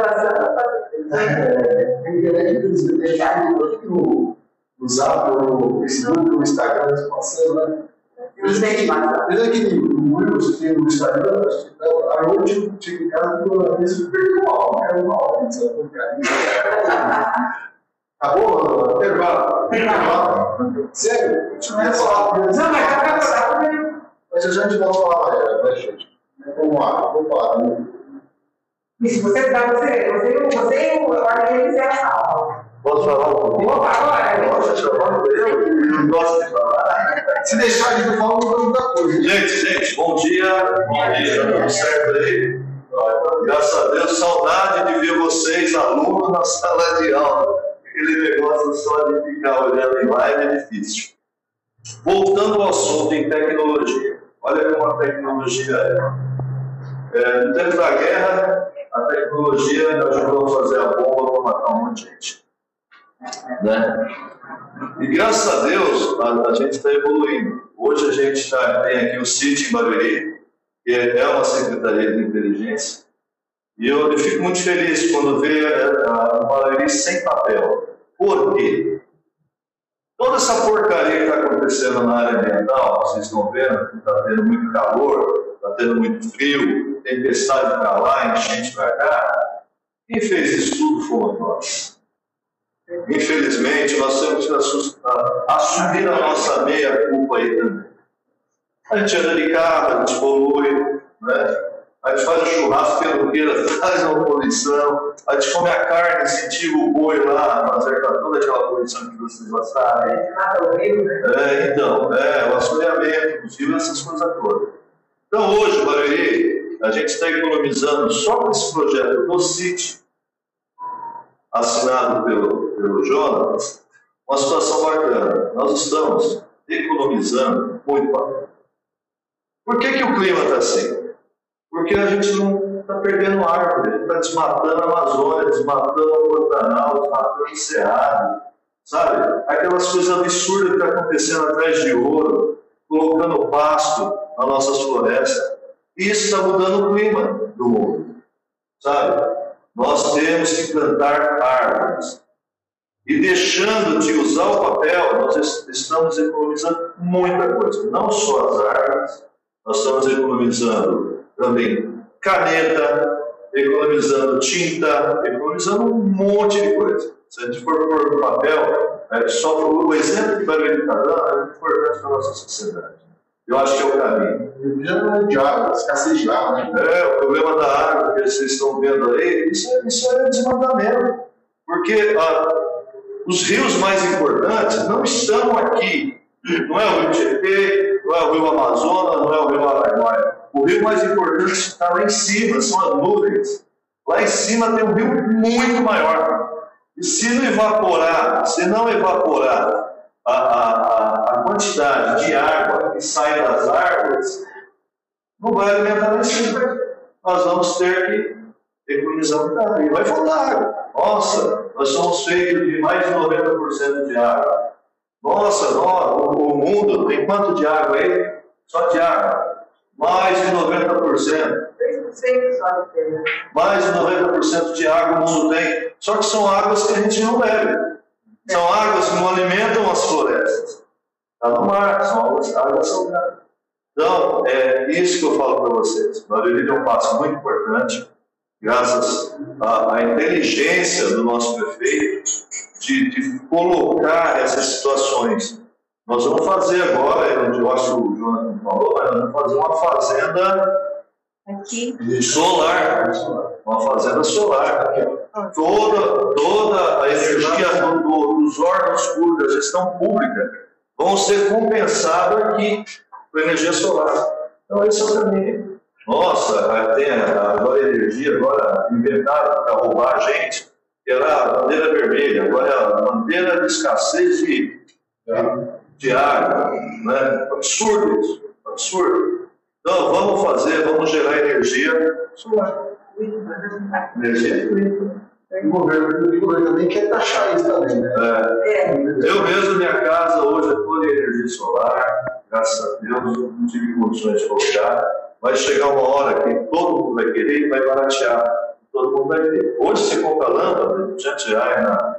Speaker 3: Internet, infelizmente, no Zap, no Facebook, no Instagram, passando, né? Desde aquele número que tem no Instagram, a noite chega em casa toda vez que perdeu uma hora, acabou? Intervalo. Sério? Eu tinha falado. Não, mas eu já te posso falar, né, gente? Vamos lá, vamos falar.
Speaker 5: Isso, você agora ele quiser a sala.
Speaker 3: Posso falar um pouquinho?
Speaker 5: Opa, agora!
Speaker 3: Eu não gosto de falar. Se deixar de falar, eu vou muita coisa.
Speaker 6: Gente, bom dia. Tudo certo aí? Graças a Deus, saudade de ver vocês, alunos, na sala de aula. Aquele negócio só de ficar olhando em live é difícil. Voltando ao assunto em tecnologia. Olha como a tecnologia é. No tempo da guerra, a tecnologia ajudou a fazer a bomba para matar um monte de gente. Né? E graças a Deus, a gente está evoluindo. Hoje a gente tem aqui o CIT em Barueri, que é uma secretaria de inteligência, e eu fico muito feliz quando vejo o Barueri sem papel. Por quê? Toda essa porcaria que está acontecendo na área ambiental, vocês estão vendo que está tendo muito calor, está tendo muito frio, tempestade para lá, enchente para cá. Quem fez isso tudo fomos nós. Infelizmente, nós temos que assumir a nossa meia culpa aí também. A gente anda de carro, a gente polui, né? A gente faz o churrasco peluqueira, faz uma poluição, a gente come a carne, incentiva o boi lá, fazer toda aquela poluição que vocês já sabem. Então, o assoreamento, os rios, essas coisas todas. Então, hoje, Barueri, a gente está economizando só com esse projeto do CIT, assinado pelo Jonas, uma situação bacana. Nós estamos economizando muito bacana. Por que o clima está assim? Porque a gente não está perdendo árvore, a gente está desmatando a Amazônia, desmatando o Pantanal, desmatando o Cerrado, sabe? Aquelas coisas absurdas que estão acontecendo atrás de ouro, colocando pasto nas nossas florestas. E isso está mudando o clima do mundo, sabe? Nós temos que plantar árvores. E deixando de usar o papel, nós estamos economizando muita coisa. Não só as árvores, nós estamos economizando também caneta, economizando tinta, economizando um monte de coisa. Se a gente for pôr no papel, só o exemplo que vai verificar é importante para a nossa sociedade. Eu acho que é o caminho.
Speaker 3: De água, escassez de água, né?
Speaker 6: O problema da água que vocês estão vendo aí, isso é desmatamento. Porque os rios mais importantes não estão aqui. Não é o Rio Tietê, não é o Rio Amazonas, não é o Rio Araguaia. O rio mais importante está lá em cima, são as nuvens. Lá em cima tem um rio muito maior. E se não evaporar a quantidade de água que sai das árvores, não vai alimentar lá em cima. Nós vamos ter que economizar muita água. E vai faltar água. Nossa, nós somos feitos de mais de 90% de água. Nossa, o mundo tem quanto de água aí? Só de água. Mais de 90%.
Speaker 5: 3% só de terra.
Speaker 6: Mais de 90% de água o mundo tem. Só que são águas que a gente não bebe. São águas que não alimentam as florestas. Está no mar, são águas salgadas. Então, é isso que eu falo para vocês. Barueri é um passo muito importante, graças à inteligência do nosso prefeito, de colocar essas situações. Nós vamos fazer agora, eu acho que o Jonathan falou, mas nós vamos fazer uma fazenda
Speaker 5: aqui
Speaker 6: solar. Uma fazenda solar. Toda a energia dos órgãos públicos, da gestão pública, vão ser compensados aqui com energia solar. Então, esse é o caminho. Nossa, tem agora a energia inventada para roubar a gente, que era a bandeira vermelha, agora é a bandeira de escassez de água. Né? Absurdo isso, absurdo. Então, vamos gerar energia solar. Energia.
Speaker 3: O governo também quer taxar isso também, né?
Speaker 6: Eu mesmo, minha casa hoje é toda energia solar, graças a Deus, não tive condições de colocar. Vai chegar uma hora que todo mundo vai querer e vai baratear. Todo mundo vai ter. Hoje você compra lâmpada, R$200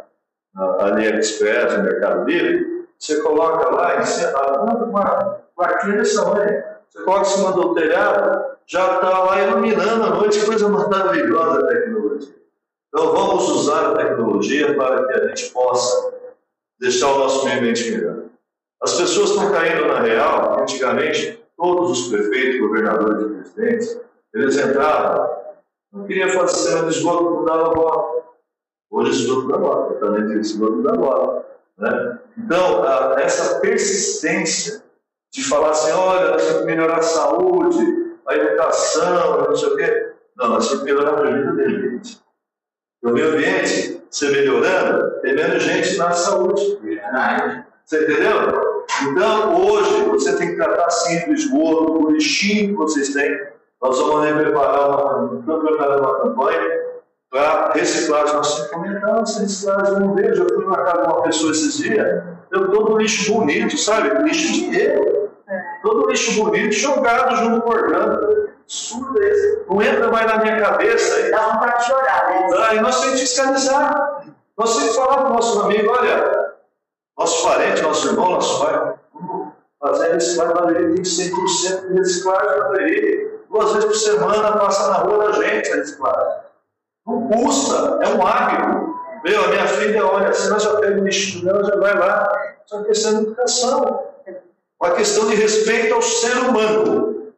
Speaker 6: na AliExpress, no Mercado Livre, você coloca lá em cima, uma plaquinha desse tamanho. Você coloca em cima do telhado, já está lá iluminando a noite, coisa maravilhosa a tecnologia. Então vamos usar a tecnologia para que a gente possa deixar o nosso meio ambiente melhor. As pessoas estão caindo na real. Antigamente, todos os prefeitos, governadores e presidentes, eles entravam, não queriam fazer sistema de esgoto, não dava bola. Hoje esgoto dá bola, também tem esgoto dá bola. Né? Então, essa persistência de falar assim, olha, nós temos que melhorar a saúde, a educação, não sei o quê. Não, nós temos que melhorar a vida da gente. O meio ambiente, você melhorando, tem menos gente na saúde. Você entendeu? Então, hoje, você tem que tratar sim do esgoto, do lixinho que vocês têm. Nós vamos preparar uma campanha para reciclagem. Nós temos que aumentar essa reciclagem. Eu não vejo, eu fui na casa de uma pessoa esses dias, eu todo lixo bonito, sabe? Lixo de dinheiro. Todo lixo bonito jogado junto com o orgânico. Absurdo esse. Não entra mais na minha cabeça.
Speaker 5: Dá vontade de chorar, né?
Speaker 6: E nós temos que fiscalizar. Nós temos que falar para o nosso amigo, olha, nosso parente, nosso irmão, nosso pai, fazer reciclagem na Barueri, tem 100% de reciclagem na Barueri. 2 vezes por semana passa na rua da gente a reciclagem. Não custa, é um hábito. Meu, a minha filha olha assim, ela já pega o lixo dela, já vai lá. Só questão de educação. Uma questão de respeito ao ser humano.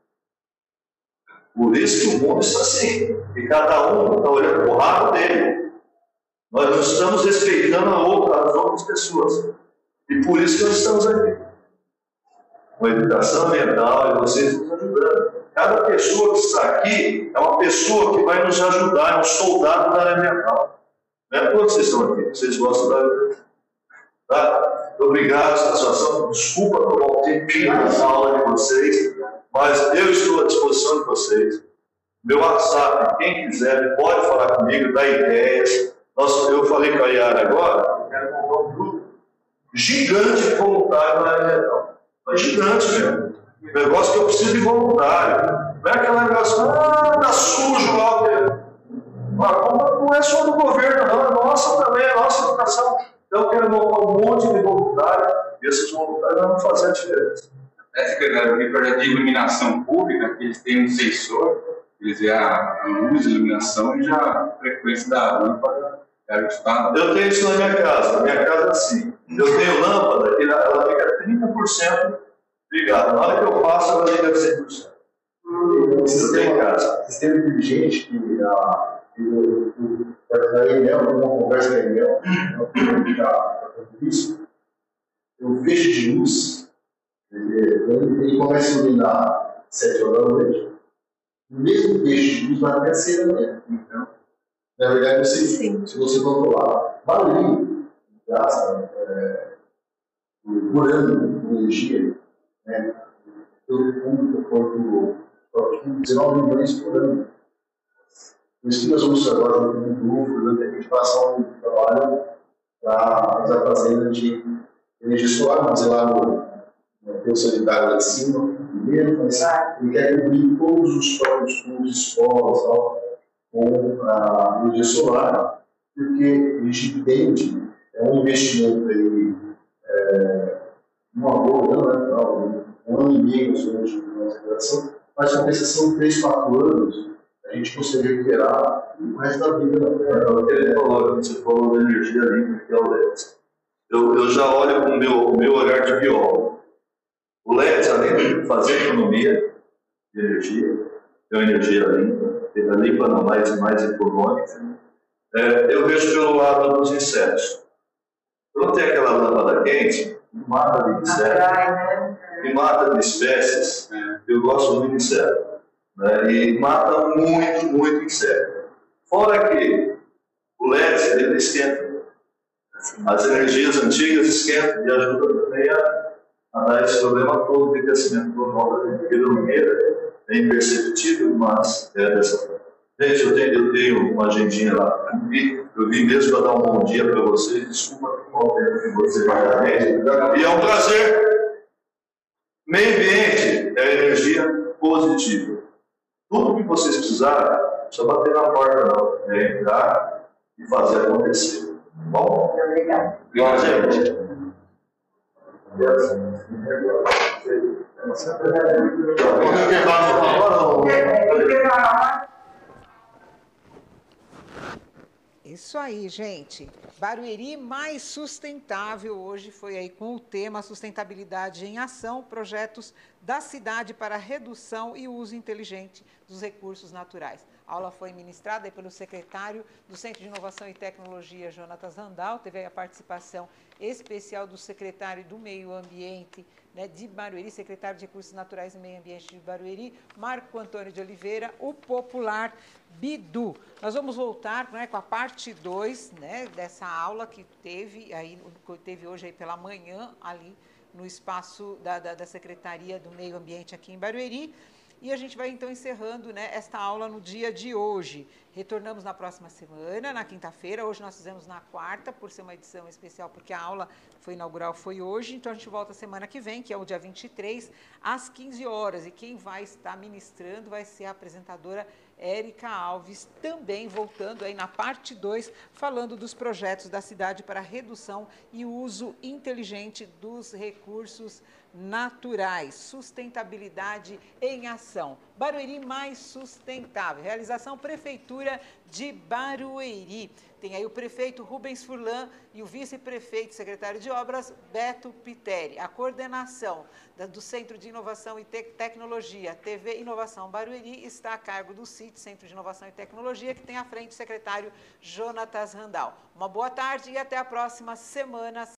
Speaker 6: Por isso que o mundo está assim. E cada um está olhando para o rabo dele. Nós não estamos respeitando as outras pessoas. E por isso que nós estamos aqui. Com a educação ambiental e vocês nos ajudando. Cada pessoa que está aqui é uma pessoa que vai nos ajudar, é um soldado da área ambiental. Não é todos vocês estão aqui, vocês gostam da área. Tá? Obrigado, satisfação. Desculpa tomar um tempinho nessa aula de vocês, mas eu estou à disposição de vocês. Meu WhatsApp, quem quiser, pode falar comigo, dar ideias. Eu falei com a Yara agora, eu quero montar um grupo gigante de voluntário na área ambiental. Mas gigante mesmo. Negócio que eu preciso de voluntário. Não é aquele negócio, tá sujo lá. Não é só do governo, não. É nossa também, é nossa educação. Então eu quero montar um monte de voluntário. E esses voluntários vão fazer a diferença.
Speaker 7: O projeto de iluminação pública, que eles têm um sensor, eles veem a luz, a iluminação e já a frequência da lâmpada é ajustada.
Speaker 6: Eu tenho isso na minha casa. Na minha casa é assim. Eu tenho lâmpada, ela fica 30% Obrigado. Na hora que eu faço, ela liga 100%.
Speaker 3: Sistema inteligente que da Enel, uma conversa da Enel, o feixe de luz, ele começa a iluminar 7 horas da noite, o mesmo feixe de luz vai até 6 da manhã. Então, na verdade, se você controlar barulho, gasta por ano de energia, né? Pelo público, 19 milhões por ano. Por isso que nós vamos agora, no grupo, a gente passar um trabalho para a fazenda de energia solar, vamos dizer lá no sanitário lá de cima, primeiro, mas ele quer cobrir todos os próprios clubes, escolas, tal, com a energia solar, porque a gente entende, é um investimento aí, uma boa, né, um ano e meio de nossa geração, mas compensação de 3, 4 anos, a gente consegue recuperar o resto da vida.
Speaker 6: Você falou da energia limpa, que é o LED. Eu já olho com o meu olhar de biólogo. O LED, além de fazer economia de energia, é uma energia limpa não, mais econômica, eu vejo pelo lado dos insetos. Quando tem aquela lâmpada quente, mata de insetos, e mata de espécies, eu gosto muito de inseto, né? E mata muito inseto. Fora que o LED ele esquenta. As energias antigas esquentam e ajudam também a dar esse problema todo de crescimento global da vida. É imperceptível, mas é dessa forma. Gente, eu tenho uma agendinha lá. Eu vim mesmo para dar um bom dia para vocês. Desculpa que mal tempo que você vai. E é um prazer. Meio ambiente é energia positiva. Tudo que vocês precisarem, não precisa bater na porta, não. É entrar e fazer acontecer. Bom?
Speaker 5: Obrigado.
Speaker 6: Obrigado, gente.
Speaker 1: Isso aí, gente. Barueri mais sustentável hoje foi aí com o tema Sustentabilidade em Ação, projetos da cidade para redução e uso inteligente dos recursos naturais. A aula foi ministrada pelo secretário do Centro de Inovação e Tecnologia, Jonatas Randall. Teve aí a participação especial do secretário do Meio Ambiente, né, de Barueri, secretário de Recursos Naturais e Meio Ambiente de Barueri, Marco Antônio de Oliveira, o popular Bidu. Nós vamos voltar, né, com a parte 2, né, dessa aula que teve hoje aí pela manhã ali no espaço da Secretaria do Meio Ambiente aqui em Barueri. E a gente vai, então, encerrando, né, esta aula no dia de hoje. Retornamos na próxima semana, na quinta-feira. Hoje nós fizemos na quarta, por ser uma edição especial, porque a aula inaugural foi hoje. Então, a gente volta semana que vem, que é o dia 23, às 15 horas. E quem vai estar ministrando vai ser a apresentadora Érica Alves, também voltando aí na parte 2, falando dos projetos da cidade para redução e uso inteligente dos recursos naturais. Sustentabilidade em ação. Barueri mais sustentável. Realização Prefeitura de Barueri. Tem aí o prefeito Rubens Furlan e o vice-prefeito, secretário de Obras, Beto Piteri. A coordenação do Centro de Inovação e Tecnologia, TV Inovação Barueri, está a cargo do CIT, Centro de Inovação e Tecnologia, que tem à frente o secretário Jonatas Randall. Uma boa tarde e até a próxima semana.